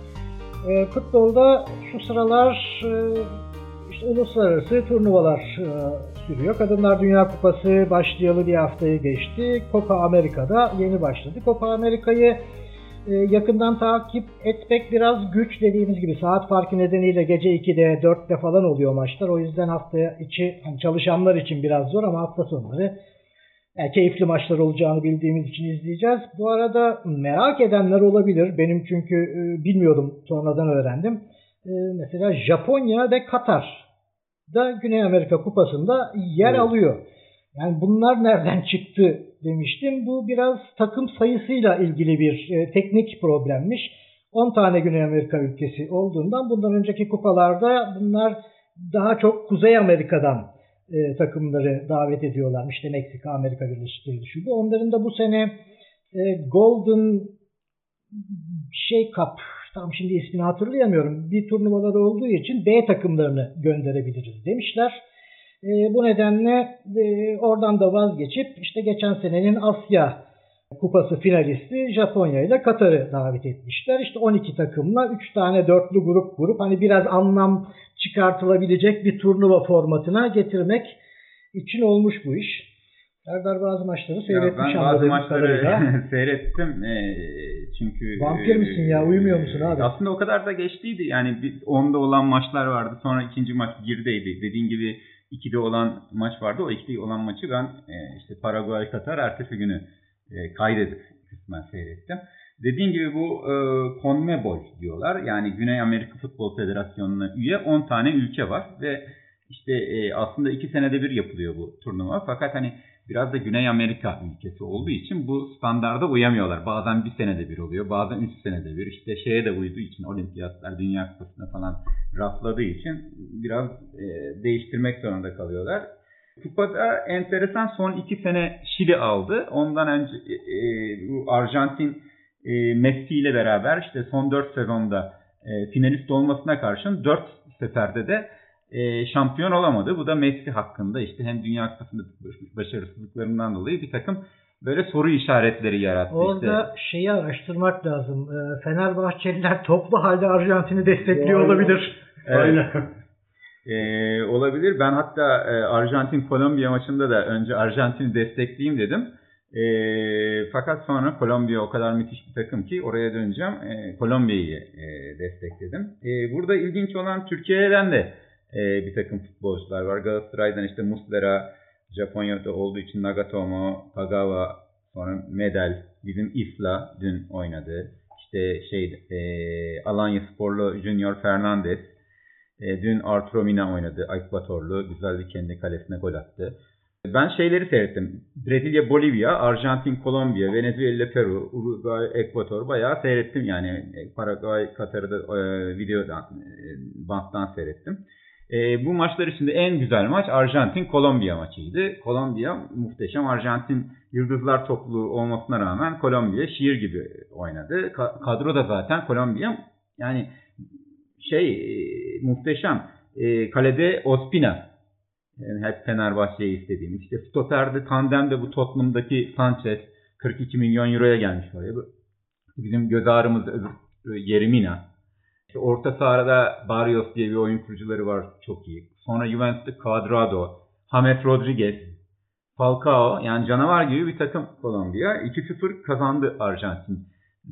Futbolda şu sıralar işte uluslararası turnuvalar sürüyor. Kadınlar Dünya Kupası başlayalı bir haftayı geçti. Copa America'da yeni başladı. Copa America'yı yakından takip etmek biraz güç, dediğimiz gibi saat farkı nedeniyle gece 2'de 4'te falan oluyor maçlar. O yüzden hafta içi çalışanlar için biraz zor, ama hafta sonları keyifli maçlar olacağını bildiğimiz için izleyeceğiz. Bu arada merak edenler olabilir. Benim çünkü bilmiyordum, sonradan öğrendim. Mesela Japonya ve Katar da Güney Amerika Kupası'nda yer alıyor. Yani bunlar nereden çıktı demiştim. Bu biraz takım sayısıyla ilgili bir teknik problemmiş. 10 tane Güney Amerika ülkesi olduğundan bundan önceki kupalarda bunlar daha çok Kuzey Amerika'dan takımları davet ediyorlarmış. İşte Meksika, Amerika Birleşik Devletleri. Onların da bu sene Golden Cup, tam şimdi ismini hatırlayamıyorum, bir turnuvaları olduğu için B takımlarını gönderebiliriz demişler. Bu nedenle oradan da vazgeçip işte geçen senenin Asya Kupası finalisti Japonya ile Katar'ı davet etmişler. İşte 12 takımla 3 tane dörtlü grup hani biraz anlam çıkartılabilecek bir turnuva formatına getirmek için olmuş bu iş. Serdar bazı maçları seyretmiş. Ben bazı maçları seyrettim. Çünkü vampir misin ya? Uyumuyor musun abi? Aslında o kadar da geçtiydi. Yani 10'da olan maçlar vardı. Sonra ikinci maç 1'deydi. Dediğin gibi 2'de olan maç vardı. O 2'de olan maçı ben işte Paraguay Katar ertesi günü kaydedip kısmen seyrettim. Dediğim gibi bu CONMEBOL diyorlar. Yani Güney Amerika Futbol Federasyonu'na üye 10 tane ülke var ve işte aslında 2 senede bir yapılıyor bu turnuva. Fakat hani biraz da Güney Amerika ülkesi olduğu için bu standarda uyamıyorlar. Bazen 1 senede bir oluyor, bazen 3 senede bir. İşte şeye de uyduğu için, olimpiyatlar, dünya kupasına falan rafladığı için biraz değiştirmek zorunda kalıyorlar. Kupada enteresan son 2 sene Şili aldı. Ondan önce bu Arjantin Messi ile beraber işte son 4 sezonda finalist olmasına karşın 4 seferde de şampiyon olamadı. Bu da Messi hakkında işte hem Dünya Kupası'nda başarısızlıklarından dolayı bir takım böyle soru işaretleri yarattı. Orada şeyi araştırmak lazım. Fenerbahçeliler toplu halde Arjantin'i destekliyor olabilir. Aynen. Olabilir. Ben hatta Arjantin-Kolombiya maçında da önce Arjantin'i destekleyeyim dedim. Fakat sonra Kolombiya o kadar müthiş bir takım ki oraya döneceğim. Kolombiya'yı destekledim. Burada ilginç olan Türkiye'den de bir takım futbolcular var. Galatasaray'dan işte Muslera, Japonya'da olduğu için Nagatomo, Kagawa, sonra Medel, bizim Isla dün oynadı. İşte Alanyasporlu Junior Fernandez, dün Arturo Mina oynadı. Ekvatorlu, güzel bir kendi kalesine gol attı. Ben şeyleri seyrettim. Brezilya, Bolivya, Arjantin, Kolombiya, Venezuela, Peru, Uruguay, Ekvator bayağı seyrettim. Yani Paraguay, Katar'da videodan, banttan seyrettim. Bu maçlar içinde en güzel maç Arjantin-Kolombiya maçıydı. Kolombiya muhteşem. Arjantin yıldızlar topluluğu olmasına rağmen Kolombiya şiir gibi oynadı. Kadro da zaten Kolombiya yani muhteşem. Kalede Ospina. Yani hep Fenerbahçe'yi istediğim. İşte stoperde, tandemde bu Tottenham'daki Sanchez 42 milyon euroya gelmiş oraya. Bizim göz ağrımız Yeremina. İşte orta sahada Barrios diye bir oyun kurucuları var. Çok iyi. Sonra Juventus'ta Cuadrado, James Rodriguez, Falcao. Yani canavar gibi bir takım Kolombiya. 2-0 kazandı Arjantin.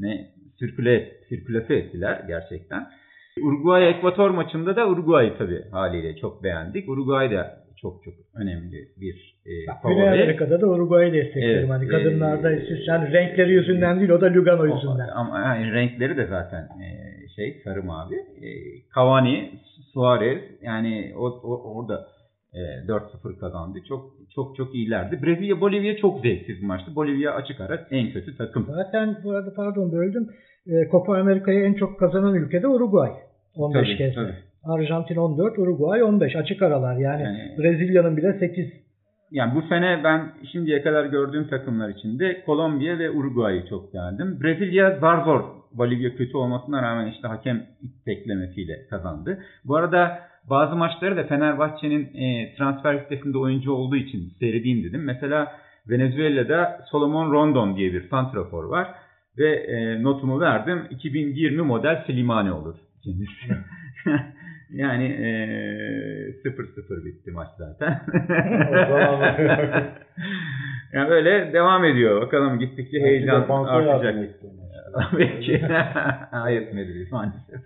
Sirkülase ettiler gerçekten. Uruguay-Ekvator maçında da Uruguay'ı tabii haliyle çok beğendik. Uruguay da çok önemli bir favori. Güney Amerika'da da Uruguay'ı desteklerim. Evet, hani kadınlarda yani renkleri yüzünden değil, o da Lugano yüzünden. Ama yani renkleri de zaten sarı mavi. Cavani, Suarez yani orada 4-0 kazandı. Çok iyilerdi. Brezilya, Bolivya çok zevksiz bir maçtı. Bolivya açık ara en kötü takım. Zaten bu arada pardon böldüm. Copa Amerika'yı en çok kazanan ülke de Uruguay. 15 kez. Tabii. Arjantin 14, Uruguay 15. Açık aralar. Yani Brezilya'nın bile 8. Yani bu sene ben şimdiye kadar gördüğüm takımlar içinde Kolombiya ve Uruguay'ı çok beğendim. Brezilya zar zor. Bolivya kötü olmasına rağmen işte hakem teklemesiyle kazandı. Bu arada bazı maçları da Fenerbahçe'nin transfer listesinde oyuncu olduğu için seyredeyim dedim. Mesela Venezuela'da Solomon Rondon diye bir santrafor var. Ve notumu verdim. 2020 model Slimani olur. Yani 0-0 bitti maç zaten. Yani böyle devam ediyor. Bakalım gittikçe heyecan artacak. Belki. Etmedi maalesef.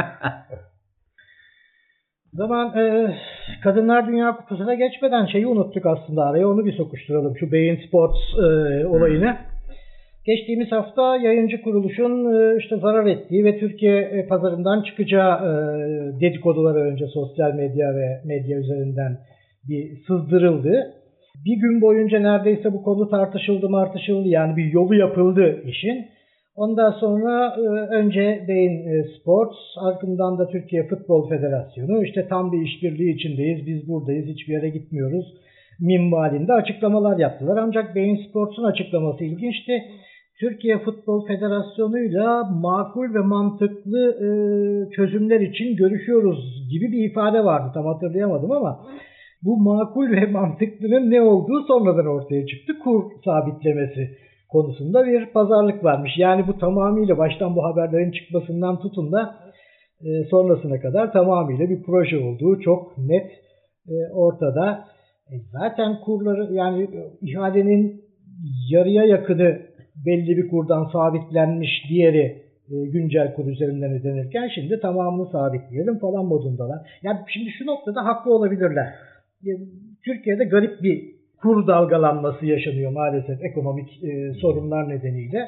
O zaman Kadınlar Dünya Kupası'na geçmeden şeyi unuttuk aslında araya. Onu bir sokuşturalım. Şu Bein Sports olayını. Geçtiğimiz hafta yayıncı kuruluşun işte zarar ettiği ve Türkiye pazarından çıkacağı dedikoduları önce sosyal medya ve medya üzerinden bir sızdırıldı. Bir gün boyunca neredeyse bu konu tartışıldı yani bir yolu yapıldı işin. Ondan sonra önce Bein Sports, ardından da Türkiye Futbol Federasyonu işte tam bir işbirliği içindeyiz, biz buradayız, hiçbir yere gitmiyoruz minvalinde açıklamalar yaptılar. Ancak Bein Sports'un açıklaması ilginçti. Türkiye Futbol Federasyonu'yla makul ve mantıklı çözümler için görüşüyoruz gibi bir ifade vardı. Tam hatırlayamadım ama bu makul ve mantıklının ne olduğu sonradan ortaya çıktı. Kur sabitlemesi konusunda bir pazarlık varmış. Yani bu tamamıyla baştan bu haberlerin çıkmasından tutun da sonrasına kadar tamamıyla bir proje olduğu çok net ortada. Zaten kurları yani ihalenin yarıya yakını belli bir kurdan sabitlenmiş, diğeri güncel kur üzerinden ödenirken şimdi tamamını sabitleyelim falan modundalar. Yani şimdi şu noktada haklı olabilirler. Türkiye'de garip bir kur dalgalanması yaşanıyor maalesef ekonomik sorunlar nedeniyle.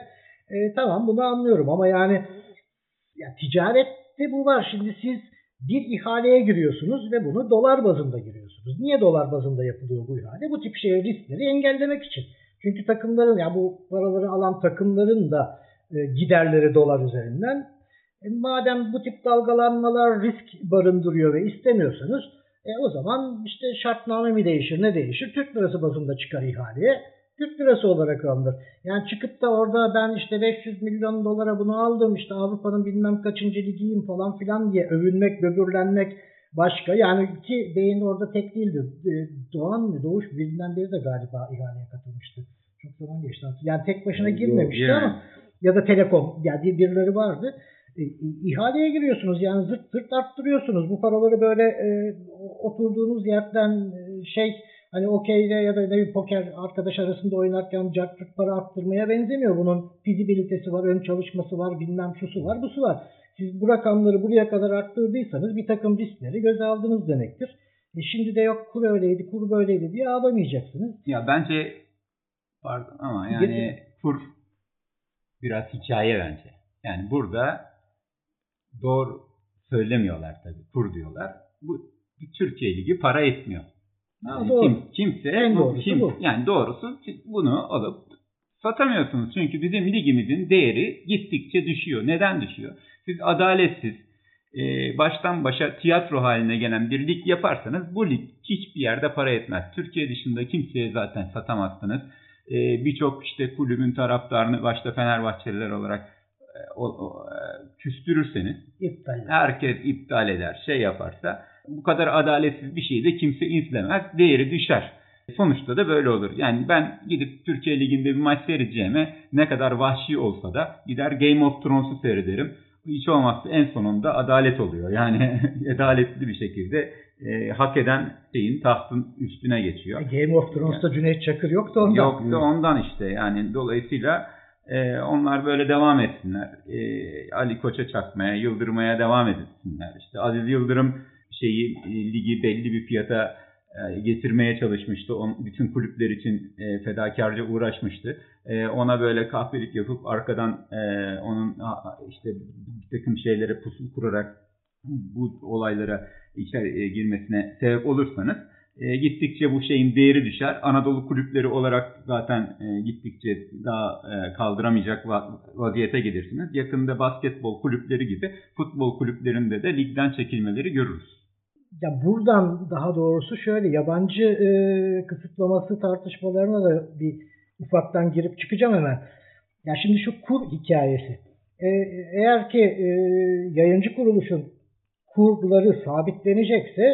Tamam, bunu anlıyorum ama yani ya ticarette bu var. Şimdi siz bir ihaleye giriyorsunuz ve bunu dolar bazında giriyorsunuz. Niye dolar bazında yapılıyor bu ihale? Bu tip riskleri engellemek için. Çünkü takımların, ya bu paraları alan takımların da giderleri dolar üzerinden. Madem bu tip dalgalanmalar risk barındırıyor ve istemiyorsanız o zaman işte şartname mi değişir, ne değişir? Türk lirası bazında çıkar ihaleye. Türk lirası olarak alınır. Yani çıkıp da orada ben işte 500 milyon dolara bunu aldım, işte Avrupa'nın bilmem kaçıncı ligiyim falan filan diye övünmek, böbürlenmek başka. Yani ki beyin orada tek değildi. Doğuş birinden biri de galiba ihaleye katılmıştı. Çok zaman geçti. Yani tek başına girmemişti ama ya da Telekom, yani birileri vardı. İhaleye giriyorsunuz, yani zırt zırt arttırıyorsunuz. Bu paraları böyle oturduğunuz yerden hani okeyde ya da bir poker arkadaş arasında oynarken cartçuk para arttırmaya benzemiyor. Bunun fizibilitesi var, ön çalışması var, bilmem şusu var, busu var. Siz bu rakamları buraya kadar arttırdıysanız bir takım riskleri göze aldınız demektir. Şimdi de yok kur öyleydi, kur böyleydi diye ağlamayacaksınız. Ya bence pardon ama yani kur biraz hikaye bence. Yani burada doğru söylemiyorlar tabii. Kur diyorlar. Bu Türkiye Ligi para etmiyor. Yani kimse yani doğrusu bunu alıp satamıyorsunuz. Çünkü bizim ligimizin değeri gittikçe düşüyor. Neden düşüyor? Siz adaletsiz, baştan başa tiyatro haline gelen bir lig yaparsanız bu lig hiçbir yerde para etmez. Türkiye dışında kimseye zaten satamazsınız. Birçok işte kulübün taraftarını başta Fenerbahçeliler olarak küstürürseniz herkes iptal eder, yaparsa bu kadar adaletsiz bir şeyi de kimse izlemez, değeri düşer. Sonuçta da böyle olur. Yani ben gidip Türkiye Ligi'nde bir maç seyredeceğime ne kadar vahşi olsa da gider Game of Thrones'u seyrederim. Hiç olmazsa en sonunda adalet oluyor. Yani adaletli bir şekilde hak eden tahtın üstüne geçiyor. Game of Thrones'ta Cüneyt Çakır yoktu ondan. Yoktu ondan işte. Yani dolayısıyla onlar böyle devam etsinler. Ali Koç'a çakmaya, Yıldırmaya devam etsinler. İşte Aziz Yıldırım ligi belli bir fiyata getirmeye çalışmıştı. Bütün kulüpler için fedakarca uğraşmıştı. Ona böyle kahpelik yapıp arkadan onun işte bir takım şeylere pusu kurarak bu olaylara girmesine sebep olursanız gittikçe bu şeyin değeri düşer. Anadolu kulüpleri olarak zaten gittikçe daha kaldıramayacak vaziyete gelirsiniz. Yakında basketbol kulüpleri gibi futbol kulüplerinde de ligden çekilmeleri görürüz. Ya buradan daha doğrusu şöyle yabancı kısıtlaması tartışmalarına da bir ufaktan girip çıkacağım hemen. Ya şimdi şu kur hikayesi. Eğer ki yayıncı kuruluşun kurları sabitlenecekse,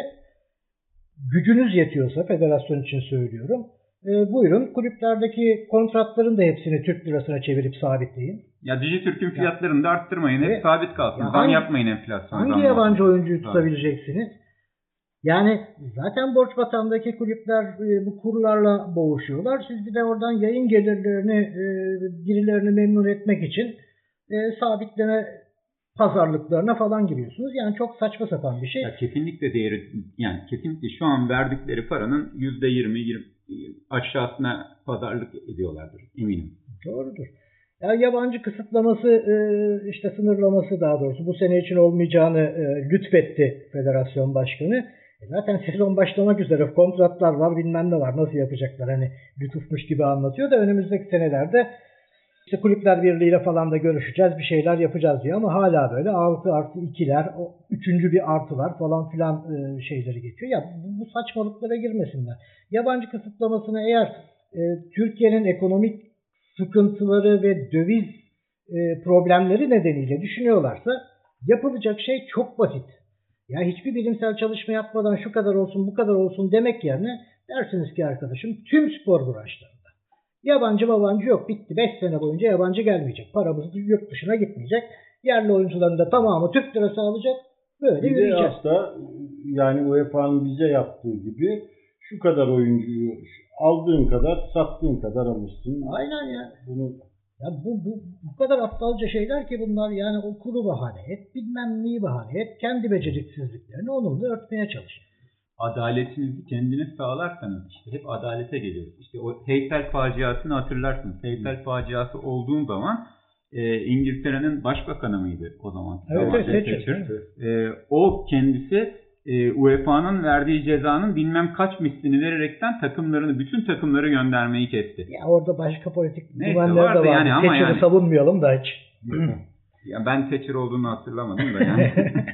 gücünüz yetiyorsa, federasyon için söylüyorum, buyurun kulüplerdeki kontratların da hepsini Türk lirasına çevirip sabitleyin. Ya Dijitürk'ün fiyatlarını da arttırmayın. Hep sabit kalsın. Zam yapmayın enflasyonu. Hangi yabancı oyuncuyu tutabileceksiniz? Yani zaten borç batağındaki kulüpler bu kurlarla boğuşuyorlar. Siz bir de oradan yayın gelirlerini birilerini memnun etmek için sabitleme pazarlıklarına falan giriyorsunuz. Yani çok saçma sapan bir şey. Ya kesinlikle değeri, yani kesinlikle şu an verdikleri paranın %20 aşağısına pazarlık ediyorlardır eminim. Doğrudur. Ya yabancı kısıtlaması, işte sınırlaması daha doğrusu bu sene için olmayacağını lütfetti Federasyon Başkanı. Zaten sezon başlamak üzere, kontratlar var, bilmem ne var, nasıl yapacaklar, hani lütufmuş gibi anlatıyor da önümüzdeki senelerde işte Kulüpler Birliği'yle falan da görüşeceğiz, bir şeyler yapacağız diyor ama hala böyle artı ikiler, üçüncü bir artılar falan filan şeyleri geçiyor. Ya bu saçmalıklara girmesinler. Yabancı kısıtlamasını eğer Türkiye'nin ekonomik sıkıntıları ve döviz problemleri nedeniyle düşünüyorlarsa yapılacak şey çok basit. Ya hiçbir bilimsel çalışma yapmadan şu kadar olsun bu kadar olsun demek yerine dersiniz ki arkadaşım tüm spor branşlarında yabancı yok, bitti. 5 sene boyunca yabancı gelmeyecek. Paramız yurt dışına gitmeyecek. Yerli oyuncuların da tamamı Türk lirası alacak. Böyle yürüyeceğiz. Aslında yani UEFA'nın bize yaptığı gibi şu kadar oyuncuyu aldığın kadar sattığın kadar alırsın. Aynen ya. Ya bu kadar aptalca şeyler ki bunlar, yani o kuru bahane et, bilmem neyi bahane et, kendi beceriksizliklerini onunla örtmeye çalış. Adaletinizi kendiniz sağlarsanız işte hep adalete geliyoruz. İşte o heykel faciasını hatırlarsınız. Heykel faciası olduğu zaman İngiltere'nin başbakanı mıydı o zaman? Evet, Thatcher. O kendisi UEFA'nın verdiği cezanın bilmem kaç mislini vererekten bütün takımları göndermeyi kesti. Ya orada başka politik güvenler de vardı. Yani, ama Thatcher'ı savunmayalım da hiç. Ya ben Thatcher olduğunu hatırlamadım da yani.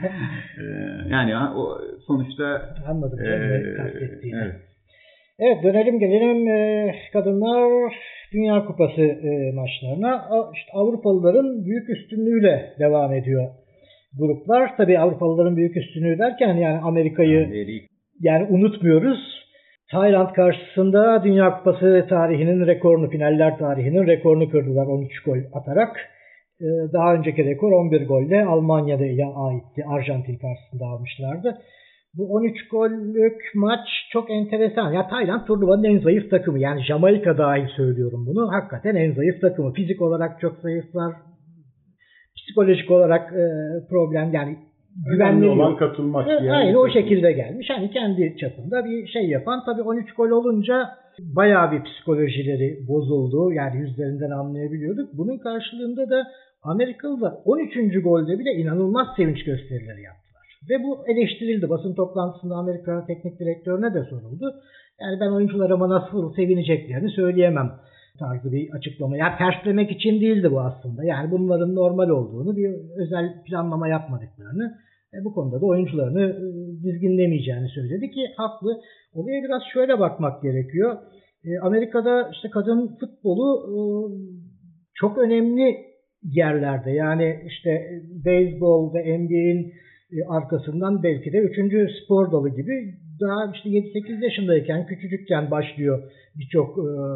Yani o sonuçta anladım kastettiğini. Evet. Evet, gelelim Kadınlar Dünya Kupası maçlarına. İşte Avrupalıların büyük üstünlüğüyle devam ediyor gruplar. Tabii Avrupalıların büyük üstünlüğü derken yani Amerika'yı yani unutmuyoruz. Tayland karşısında Dünya Kupası tarihinin rekorunu, finaller tarihinin rekorunu kırdılar 13 gol atarak. Daha önceki rekor 11 golle Almanya'ya aitti. Arjantin karşısında almışlardı. Bu 13 gollük maç çok enteresan. Ya Tayland turnuvanın en zayıf takımı. Yani Jamaika dahil söylüyorum bunu. Hakikaten en zayıf takımı. Fizik olarak çok zayıflar. Psikolojik olarak problem yani güvenli olan katılmak. Aynı o şekilde gelmiş. Hani kendi çapında bir şey yapan. Tabii 13 gol olunca bayağı bir psikolojileri bozuldu. Yani yüzlerinden anlayabiliyorduk. Bunun karşılığında da Amerikalılar 13. golde bile inanılmaz sevinç gösterileri yaptılar. Ve bu eleştirildi. Basın toplantısında Amerika teknik direktörüne de soruldu. Yani ben oyuncularıma nasıl sevineceklerini söyleyemem tarzı bir açıklama. Yani terslemek için değildi bu aslında. Yani bunların normal olduğunu, bir özel planlama yapmadıklarını, bu konuda da oyuncularını dizginlemeyeceğini söyledi ki haklı. Olaya biraz şöyle bakmak gerekiyor. Amerika'da işte kadın futbolu çok önemli yerlerde. Yani işte beyzbol ve NBA'in arkasından belki de 3. spor dalı gibi daha işte 7-8 yaşındayken, küçücükken başlıyor birçok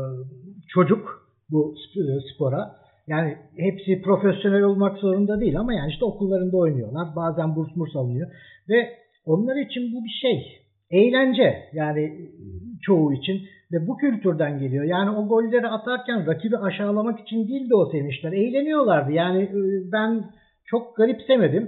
çocuk bu spora. Yani hepsi profesyonel olmak zorunda değil ama yani işte okullarında oynuyorlar. Bazen burs alınıyor. Ve onlar için bu bir şey. Eğlence yani çoğu için. Ve bu kültürden geliyor. Yani o golleri atarken rakibi aşağılamak için değil de o sevinçler. Eğleniyorlardı. Yani ben çok garipsemedim.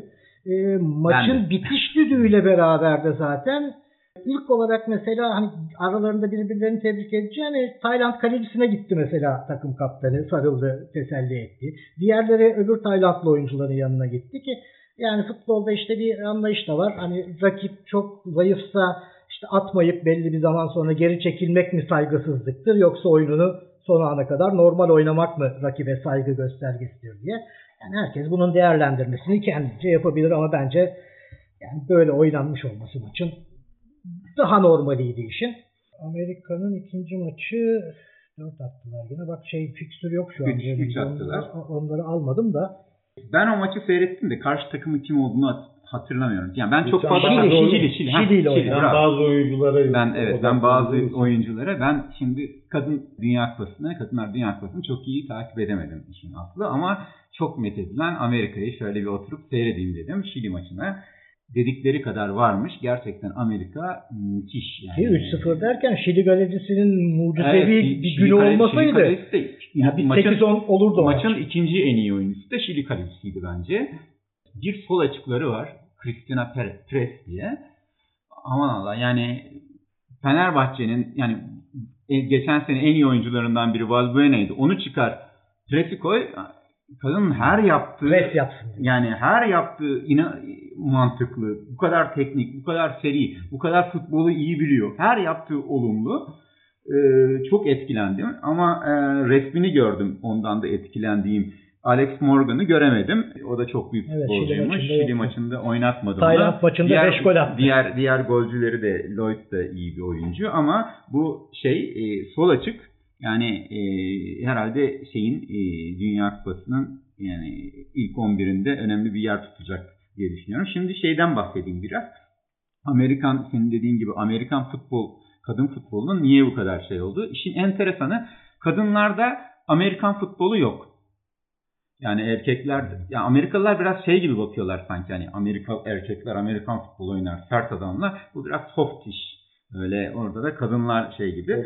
Maçın bitiş düdüğüyle beraber de zaten ilk olarak mesela hani aralarında birbirlerini tebrik edici hani Tayland kalecisine gitti mesela takım kaptanı, sarıldı, teselli etti. Diğerleri öbür Taylandlı oyuncuların yanına gitti ki yani futbolda işte bir anlayış da var. Hani rakip çok zayıfsa işte atmayıp belli bir zaman sonra geri çekilmek mi saygısızlıktır yoksa oyununu son ana kadar normal oynamak mı rakibe saygı göstergesidir diye. Yani herkes bunun değerlendirmesini kendince yapabilir ama bence yani böyle oynanmış olması maçın daha normaliydi işin. Amerika'nın ikinci maçı 4 attılar yine. Bak fikstür yok şu an. 3 attılar. Onları almadım da. Ben o maçı seyrettim de karşı takımın kim olduğunu hatırlamıyorum. Yani ben çok fazla Şili oynadı. Bazı oyunculara ben bazı oyunculara ben şimdi Kadınlar Dünya Kupası'nı çok iyi takip edemedim işin aslı ama çok methedilen Amerika'yı şöyle bir oturup seyredeyim dedim Şili maçına. Dedikleri kadar varmış. Gerçekten Amerika müthiş. Yani. 3-0 derken Şili galecisinin mucizevi bir günü olmasaydı yani bir 8-10 olurdu. Maçın ikinci en iyi oyuncusu da Şili kalecisiydi bence. Bir sol açıkları var. Cristina Pérez diye. Aman Allah yani Fenerbahçe'nin yani geçen sene en iyi oyuncularından biri Valbuena'ydı. Onu çıkar. Pres'i koy. Kadının her yaptığı yani her yaptığı mantıklı, bu kadar teknik, bu kadar seri, bu kadar futbolu iyi biliyor. Her yaptığı olumlu. Çok etkilendim ama resmini gördüm ondan da etkilendiğim. Alex Morgan'ı göremedim. O da çok büyük futbolcuymuş. Şili maçında oynatmadım. Tayland maçında 5 gol attı. Diğer golcüleri de Lloyd da iyi bir oyuncu ama bu sol açık. Yani herhalde Dünya Kupası'nın yani ilk 11'inde önemli bir yer tutacak diye düşünüyorum. Şimdi şeyden bahsedeyim biraz. Senin dediğin gibi Amerikan kadın futbolunun niye bu kadar oldu? İşin enteresanı kadınlarda Amerikan futbolu yok. Yani yani Amerikalılar biraz gibi bakıyorlar sanki hani erkekler Amerikan futbolu oynar, sert adamlar. Bu biraz soft iş. Öyle orada da kadınlar gibi.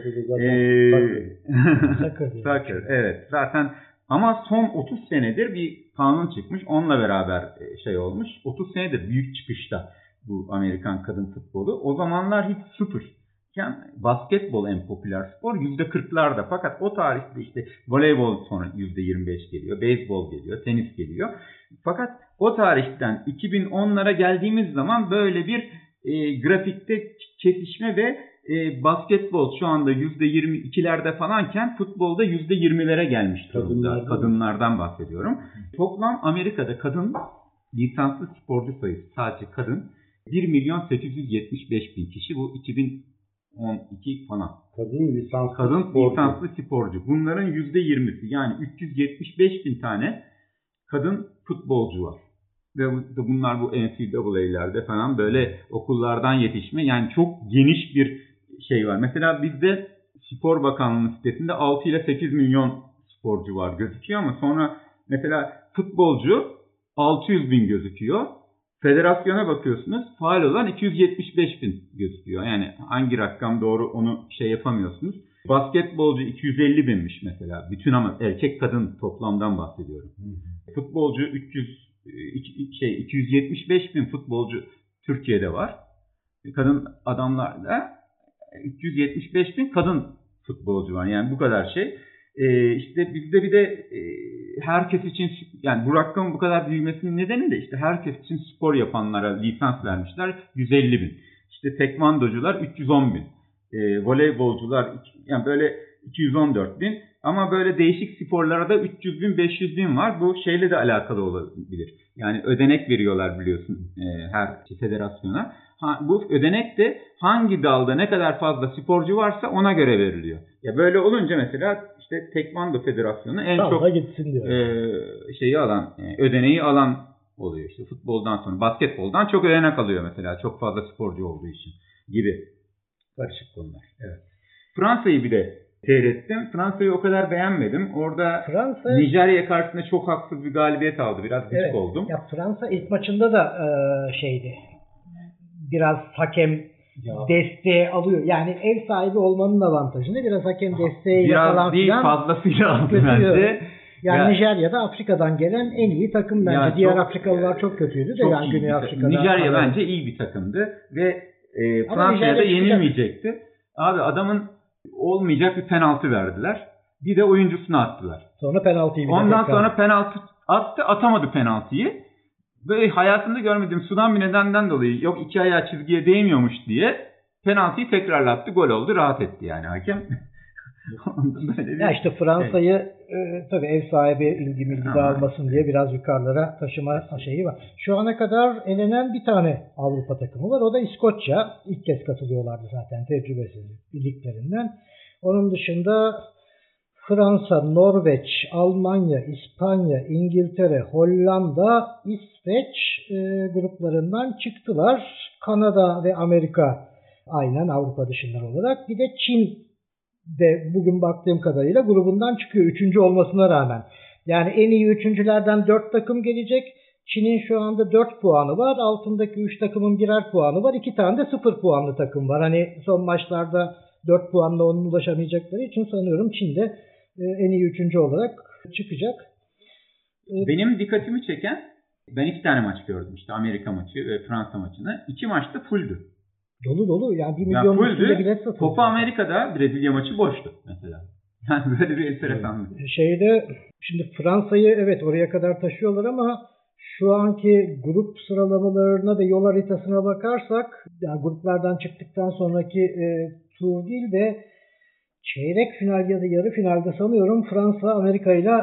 Soccer. Evet. Zaten ama son 30 senedir bir kanun çıkmış. Onunla beraber olmuş. 30 senedir büyük çıkışta bu Amerikan kadın futbolu. O zamanlar hiç sıfır. basketbol en popüler spor %40'larda. Fakat o tarihte işte voleybol sonra %25 geliyor, beyzbol geliyor, tenis geliyor. Fakat o tarihten 2010'lara geldiğimiz zaman böyle bir grafikte kesişme ve basketbol şu anda %22'lerde falanken futbolda %20'lere gelmiş durumda. Kadınlardan bahsediyorum. Toplam Amerika'da kadın lisanslı sporcu sayısı, sadece kadın 1.875.000 kişi. Bu 2012 falan. Kadın lisanslı sporcu. Bunların %20'si, yani 375.000 tane kadın futbolcu var. Ve bunlar bu NCAA'lerde falan böyle okullardan yetişme, yani çok geniş bir şey var. Mesela bizde Spor Bakanlığı sitesinde 6 ile 8 milyon sporcu var gözüküyor ama sonra mesela futbolcu 600.000 gözüküyor. Federasyona bakıyorsunuz, faal olan 275.000 gözüküyor. Yani hangi rakam doğru onu yapamıyorsunuz. Basketbolcu 250.000'miş mesela. Bütün ama erkek kadın toplamdan bahsediyorum. Futbolcu 275.000 futbolcu Türkiye'de var. Kadın adamlarda 375.000 kadın futbolcu var. Yani bu kadar şey. İşte bizde bir de herkes için, yani bu rakamın bu kadar büyümesinin nedeni de işte herkes için spor yapanlara lisans vermişler 150.000. İşte tekvandocular 310.000. Voleybolcular yani böyle 214.000. Ama böyle değişik sporlara da 300.000, 500.000 var. Bu şeyle de alakalı olabilir. Yani ödenek veriyorlar biliyorsun her federasyona. Bu ödenek de hangi dalda ne kadar fazla sporcu varsa ona göre veriliyor. Ya böyle olunca mesela işte Tekvando Federasyonu en çok gitsin diyor. ödeneği alan oluyor. İşte futboldan sonra basketboldan çok ödenek alıyor mesela, çok fazla sporcu olduğu için gibi karışık konular. Evet. Fransa'yı bir de seyrettim. Fransa'yı o kadar beğenmedim. Orada Nijerya karşısında çok haksız bir galibiyet aldı. Biraz gıcık oldum. Ya Fransa ilk maçında da biraz hakem desteği alıyor. Yani ev sahibi olmanın avantajını biraz hakem desteği biraz değil fazlasıyla aldı bence. Yani Nijerya'da Afrika'dan gelen en iyi takım bence. Diğer Afrikalılar çok kötüydü de yani Güney Afrika'da. Nijerya bence iyi bir takımdı ve Fransa'ya da yenilmeyecekti. Abi adamın olmayacak bir penaltı verdiler. Bir de oyuncusunu attılar. Sonra penaltıyı ondan sonra penaltı attı, atamadı penaltıyı. Böyle hayatımda görmediğim sudan bir nedenden dolayı, yok iki ayağı çizgiye değmiyormuş diye penaltıyı tekrarlattı. Gol oldu. Rahat etti yani hakem. Ya işte Fransa'yı tabii ev sahibi ilgi dağılmasın diye biraz yukarılara taşıma şeyi var. Şu ana kadar elenen bir tane Avrupa takımı var. O da İskoçya. İlk kez katılıyorlardı zaten tecrübesiz liglerinden. Onun dışında Fransa, Norveç, Almanya, İspanya, İngiltere, Hollanda, İsveç gruplarından çıktılar. Kanada ve Amerika aynen Avrupa dışından olarak. Bir de Çin de bugün baktığım kadarıyla grubundan çıkıyor. 3. olmasına rağmen. Yani en iyi 3.'lerden 4 takım gelecek. Çin'in şu anda 4 puanı var. Altındaki 3 takımın birer puanı var. 2 tane de 0 puanlı takım var. Hani son maçlarda 4 puanla onun ulaşamayacakları için sanıyorum Çin de en iyi 3. olarak çıkacak. Benim dikkatimi çeken, ben 2 tane maç gördüm. İşte Amerika maçı ve Fransa maçını. 2 maçta fulldü. Dolu. Yani 1 milyon üstünde bilet satıldı. Copa Amerika'da Brezilya maçı boştu mesela. Yani böyle bir enteresanlık. Şimdi Fransa'yı evet oraya kadar taşıyorlar ama şu anki grup sıralamalarına ve yol haritasına bakarsak, yani gruplardan çıktıktan sonraki tur değil de çeyrek final ya da yarı finalde sanıyorum Fransa Amerika ile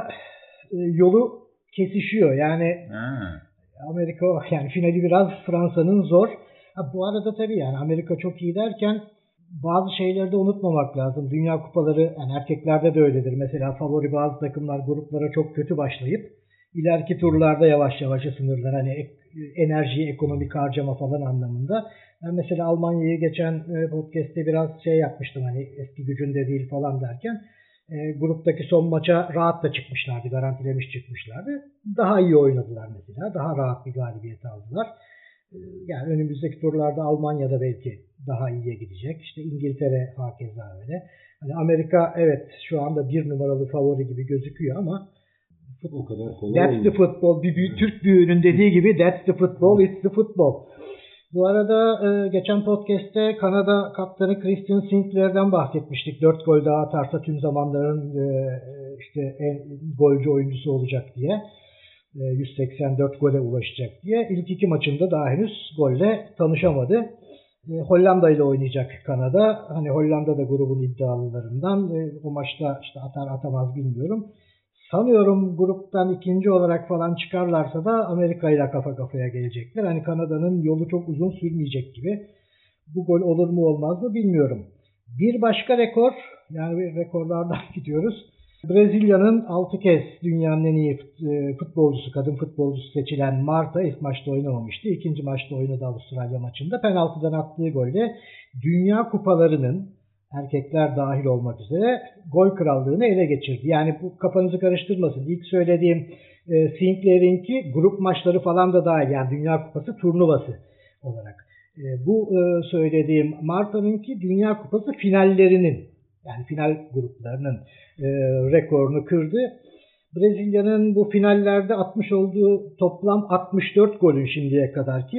yolu kesişiyor. Yani Amerika, yani finali biraz Fransa'nın zor. Bu arada tabii yani Amerika çok iyi derken bazı şeyleri de unutmamak lazım. Dünya kupaları yani erkeklerde de öyledir. Mesela favori bazı takımlar gruplara çok kötü başlayıp ileriki turlarda yavaş yavaş ısınırlar. Hani enerji, ekonomik harcama falan anlamında. Ben mesela Almanya'yı geçen podcast'te biraz yapmıştım. Hani eski gücünde değil falan derken gruptaki son maça rahat da çıkmışlardı. Garantilemiş çıkmışlardı. Daha iyi oynadılar mesela. Daha rahat bir galibiyet aldılar. Yani önümüzdeki turlarda Almanya'da belki daha iyiye gidecek. İşte İngiltere hakeza öyle. Hani Amerika evet şu anda 1 numaralı favori gibi gözüküyor ama o kadar kolay that's the football. Türk büyüğünün dediği gibi that's the football, it's the football. Bu arada geçen podcast'te Kanada kaptanı Christian Sinclair'den bahsetmiştik. 4 gol daha atarsa tüm zamanların işte en golcü oyuncusu olacak diye. 184 gole ulaşacak diye. İlk 2 maçında daha henüz golle tanışamadı. Hollanda ile oynayacak Kanada. Hani Hollanda da grubun iddialılarından. O maçta işte atar atamaz bilmiyorum. Sanıyorum gruptan ikinci olarak falan çıkarlarsa da Amerika ile kafa kafaya gelecekler. Hani Kanada'nın yolu çok uzun sürmeyecek gibi. Bu gol olur mu olmaz mı bilmiyorum. Bir başka rekor, yani rekorlardan gidiyoruz. Brezilya'nın 6 kez dünyanın en iyi futbolcusu, kadın futbolcusu seçilen Marta ilk maçta oynamamıştı. İkinci maçta oynadı Avustralya maçında. Penaltıdan attığı golle Dünya Kupalarının erkekler dahil olmak üzere gol krallığını ele geçirdi. Yani bu kafanızı karıştırmasın. İlk söylediğim Sinclair'inki grup maçları falan da dahil. Yani Dünya Kupası turnuvası olarak. Bu söylediğim Marta'nınki Dünya Kupası finallerinin, yani final gruplarının rekorunu kırdı. Brezilya'nın bu finallerde atmış olduğu toplam 64 golün şimdiye kadarki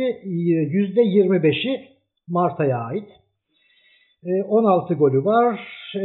%25'i Marta'ya ait. 16 golü var.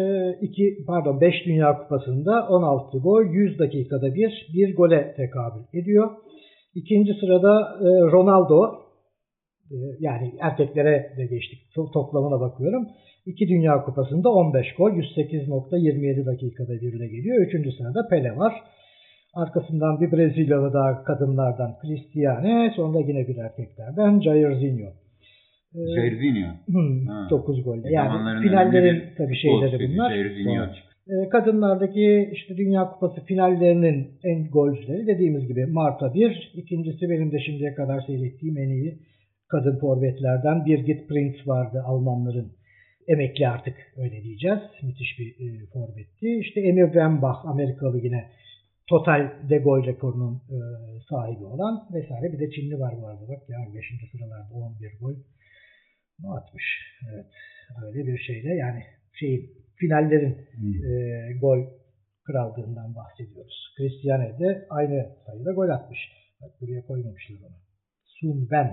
5 Dünya Kupası'nda 16 gol 100 dakikada bir gole tekabül ediyor. İkinci sırada Ronaldo, yani erkeklere de geçtik, toplamına bakıyorum. 2 Dünya Kupası'nda 15 gol 108.27 dakikada birle geliyor. Üçüncü sırada Pele var. Arkasından bir Brezilyalı daha kadınlardan Cristiane, sonra yine bir erkeklerden Jairzinho. Jairzinho. 9 golle. Yani finallerin tabii şeyleri bunlar. Kadınlardaki işte Dünya Kupası finallerinin en golcüleri dediğimiz gibi Marta 1. İkincisi benim de şimdiye kadar seyrettiğim en iyi kadın forvetlerden Birgit Prinz vardı, Almanların. Emekli artık, öyle diyeceğiz. Müthiş bir forvetti. İşte Emil Wembach, Amerikalı, yine totalde gol rekorunun sahibi olan vesaire. Bir de Çinli var bu arada. Bak ya, 5. sıralarda 11 gol atmış. Evet. Böyle bir şeyle, yani finallerin gol krallığından bahsediyoruz. Cristiane de aynı sayıda gol atmış. Bak, buraya koymamışlar onu. Sun Wen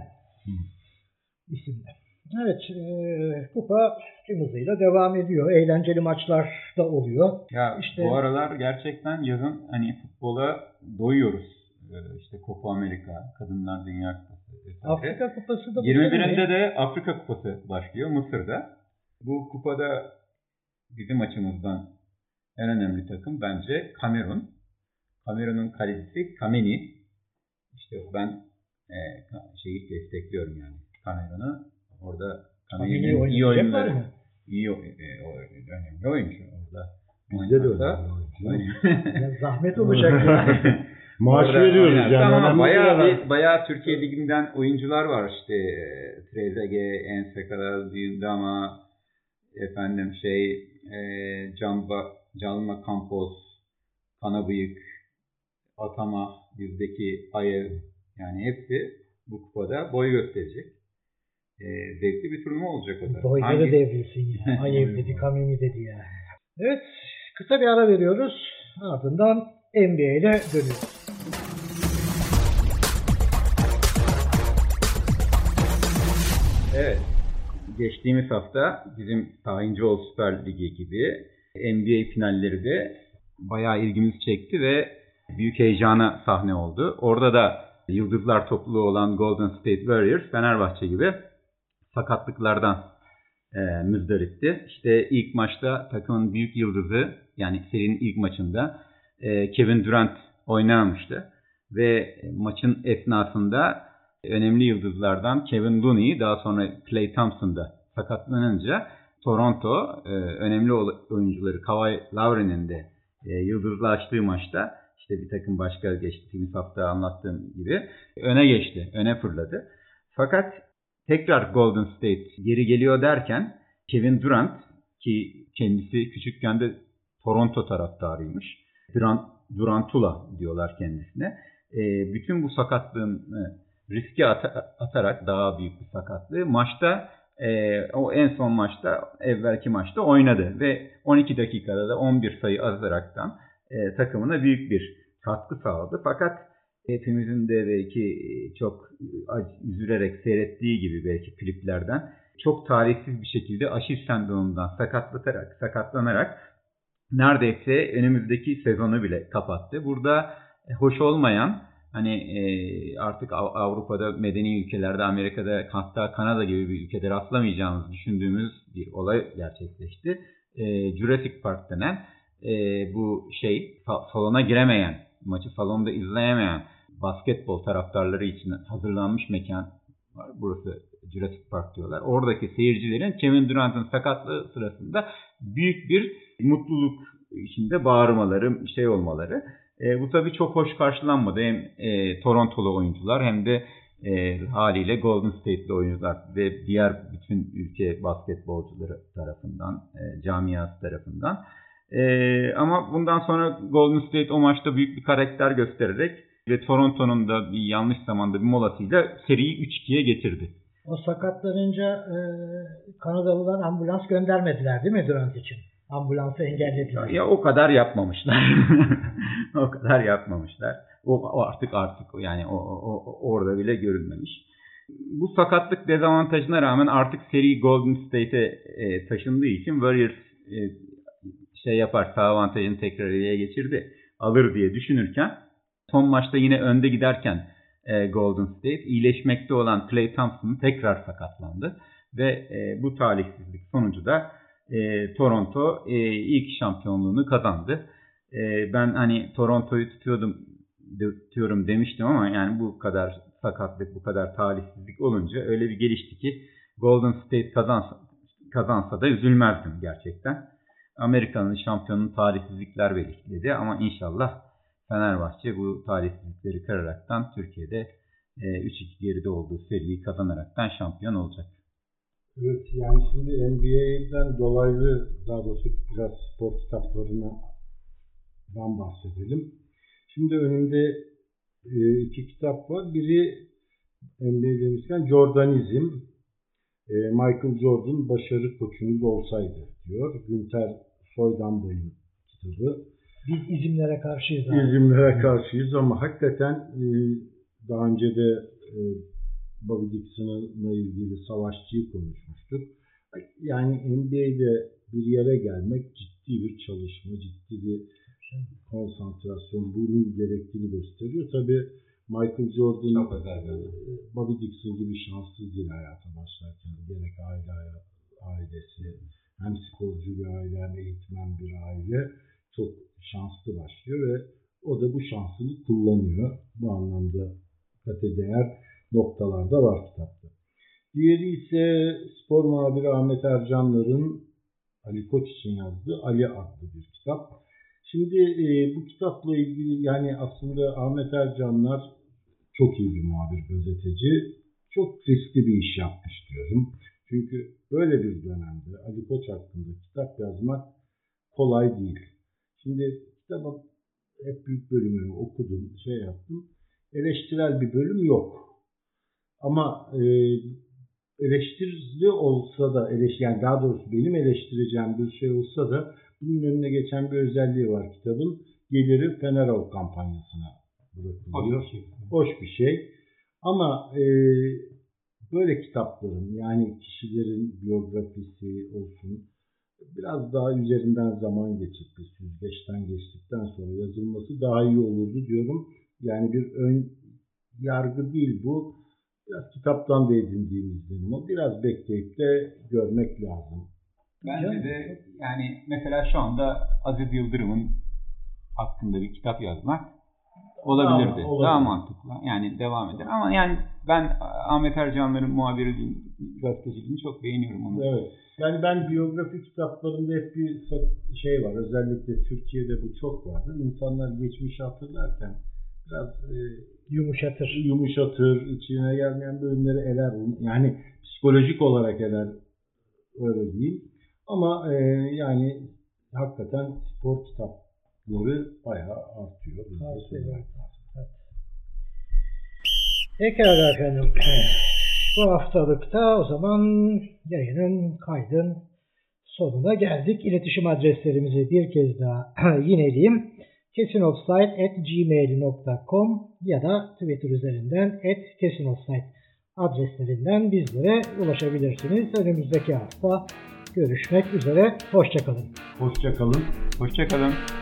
isimli. Evet, kupa tüm hızıyla devam ediyor. Eğlenceli maçlar da oluyor. Ya işte bu aralar gerçekten yazın hani futbola doyuyoruz. İşte Copa Amerika, Kadınlar Dünya Kupası. Afrika Kupası da 21'inde de Afrika Kupası başlıyor Mısır'da. Bu kupada bizim açımızdan en önemli takım bence Kamerun. Kamerun'un kalecisi Kameni. İşte ben destekliyorum yani Kamerun'u. Orada Kameni'nin iyi oyuncuları. Önemli oyuncu orada. Bizde de öyle. Zahmet olacak yani. Maaş veriyoruz yani. Ama bayağı Türkiye Ligi'nden oyuncular var işte. Trezeguet, Ensekara, Dindama, Calma Campos, Kanabıyık, Atama, bizdeki Ayev, yani hepsi bu kupada boy gösterecek. Zevkli bir turnuva olacak o da. Boyları devrilsin ya. Ayev dedi, Kameni dedi ya. Evet, kısa bir ara veriyoruz. Ardından NBA ile dönüyoruz. Evet. Geçtiğimiz hafta bizim Tahincioğlu Süper Ligi gibi NBA finalleri de bayağı ilgimizi çekti ve büyük heyecana sahne oldu. Orada da yıldızlar topluluğu olan Golden State Warriors, Fenerbahçe gibi sakatlıklardan müzdaritti. İşte ilk maçta takımın büyük yıldızı, yani serinin ilk maçında Kevin Durant oynamamıştı. Ve maçın esnasında önemli yıldızlardan Kevin Looney, daha sonra Klay Thompson da sakatlanınca Toronto önemli oyuncuları Kawhi Lowry'nin de yıldızlaştığı maçta işte bir takım başka geçtiğimiz hafta anlattığım gibi öne geçti, öne fırladı. Fakat tekrar Golden State geri geliyor derken Kevin Durant, ki kendisi küçükken de Toronto taraftarıymış, Durantula diyorlar kendisine, bütün bu sakatlığın riske atarak, daha büyük bir sakatlığı maçta, o en son maçta, evvelki maçta oynadı ve 12 dakikada da 11 sayı ataraktan takımına büyük bir katkı sağladı. Fakat hepimizin de belki çok üzülerek seyrettiği gibi belki kliplerden çok talihsiz bir şekilde Aşil sendromundan sakatlanarak neredeyse önümüzdeki sezonu bile kapattı. Burada hoş olmayan, hani artık Avrupa'da, medeni ülkelerde, Amerika'da, hatta Kanada gibi bir ülkede rastlamayacağımız düşündüğümüz bir olay gerçekleşti. Jurassic Park denen bu salona giremeyen, maçı salonda izleyemeyen basketbol taraftarları için hazırlanmış mekan var. Burası Jurassic Park diyorlar. Oradaki seyircilerin Kevin Durant'ın sakatlığı sırasında büyük bir mutluluk içinde bağırmaları, olmaları. Bu tabii çok hoş karşılanmadı. Hem Torontolu oyuncular hem de haliyle Golden State'li oyuncular ve diğer bütün ülke basketbolcuları tarafından, camiası tarafından. Ama bundan sonra Golden State o maçta büyük bir karakter göstererek ve Toronto'nun da bir yanlış zamanda bir molasıyla seriyi 3-2'ye getirdi. O sakatlanınca Kanadalılar ambulans göndermediler değil mi Durant için? Ambulansı engellediler. Ya o kadar yapmamışlar. O kadar yapmamışlar. O artık yani orada bile görülmemiş. Bu sakatlık dezavantajına rağmen artık seri Golden State'e taşındığı için Warriors yaparsa avantajını tekrar ele geçirdi, alır diye düşünürken son maçta yine önde giderken Golden State iyileşmekte olan Klay Thompson tekrar sakatlandı ve bu talihsizlik sonucu da Toronto ilk şampiyonluğunu kazandı. Ben hani Toronto'yu tutuyorum demiştim ama yani bu kadar sakatlık, bu kadar talihsizlik olunca öyle bir gelişti ki Golden State kazansa da üzülmezdim gerçekten. Amerika'nın şampiyonun talihsizlikler belirledi ama inşallah Fenerbahçe bu talihsizlikleri kıraraktan Türkiye'de 3-2 geride olduğu seriyi kazanaraktan şampiyon olacak. Evet, yani şimdi NBA'den dolaylı, daha doğrusu biraz spor kitaplarından bahsedelim. Şimdi önümde iki kitap var. Biri NBA demişken Jordanizm, Michael Jordan başarı koçunuz olsaydı diyor. Günter Soydanbay'ın kitabı. Biz izimlere karşıyız. İzimlere karşıyız ama hakikaten daha önce de Bobby Dixon'la ilgili savaşçıyı konuşmuştuk. Yani NBA'de bir yere gelmek ciddi bir çalışma, ciddi bir konsantrasyon, bunun gerektiğini gösteriyor. Tabii Michael Jordan, Bobby Dixon gibi şanssız değil hayata başlarken. Gerek ailesi, hem sporcu bir aile hem eğitmen bir aile çok şanslı başlıyor ve o da bu şansını kullanıyor. Bu anlamda dikkate değer noktalar da var kitapta. Diğeri ise spor muhabiri Ahmet Ercanlar'ın Ali Koç için yazdığı Ali adlı bir kitap. Şimdi bu kitapla ilgili, yani aslında Ahmet Ercanlar çok iyi bir muhabir, gazeteci. Çok riskli bir iş yapmış diyorum. Çünkü böyle bir dönemde Ali Koç hakkında kitap yazmak kolay değil. Şimdi kitabın hep büyük bölümünü okudum, yaptım. Eleştirel bir bölüm yok. Ama eleştirili olsa da, yani daha doğrusu benim eleştireceğim bir şey olsa da bunun önüne geçen bir özelliği var kitabın. Geliri Fenerol kampanyasına bırakılıyor. Hoş bir şey. Ama böyle kitapların, yani kişilerin biyografisi olsun, biraz daha üzerinden zaman geçip bir süzgeçten geçtikten sonra yazılması daha iyi olurdu diyorum. Yani bir ön yargı değil bu. Biraz kitaptan da edindiğim izlenim o. Biraz bekleyip de görmek lazım. Bence de yani mesela şu anda Aziz Yıldırım'ın hakkında bir kitap yazmak olabilirdi. Daha mantıklı. Yani devam eder. Ama yani ben Ahmet Ercanlar'ın muhabirliğini, gazeteciliğini çok beğeniyorum onu. Evet. Yani ben biyografi kitaplarında hep bir şey var. Özellikle Türkiye'de bu çok vardır. İnsanlar geçmişi hatırlarken biraz yumuşatır, içine gelmeyen bölümleri eler. Yani psikolojik olarak eler, öyle diyeyim. Ama yani hakikaten spor kitapları bayağı artıyor. Evet. Pekala efendim. Bu haftalıkta o zaman yayının, kaydın sonuna geldik. İletişim adreslerimizi bir kez daha yineleyeyim. kesinoffside@gmail.com ya da Twitter üzerinden @kesinoffside adreslerinden bizlere ulaşabilirsiniz. Önümüzdeki hafta görüşmek üzere. Hoşça kalın. Hoşça kalın. Hoşça kalın.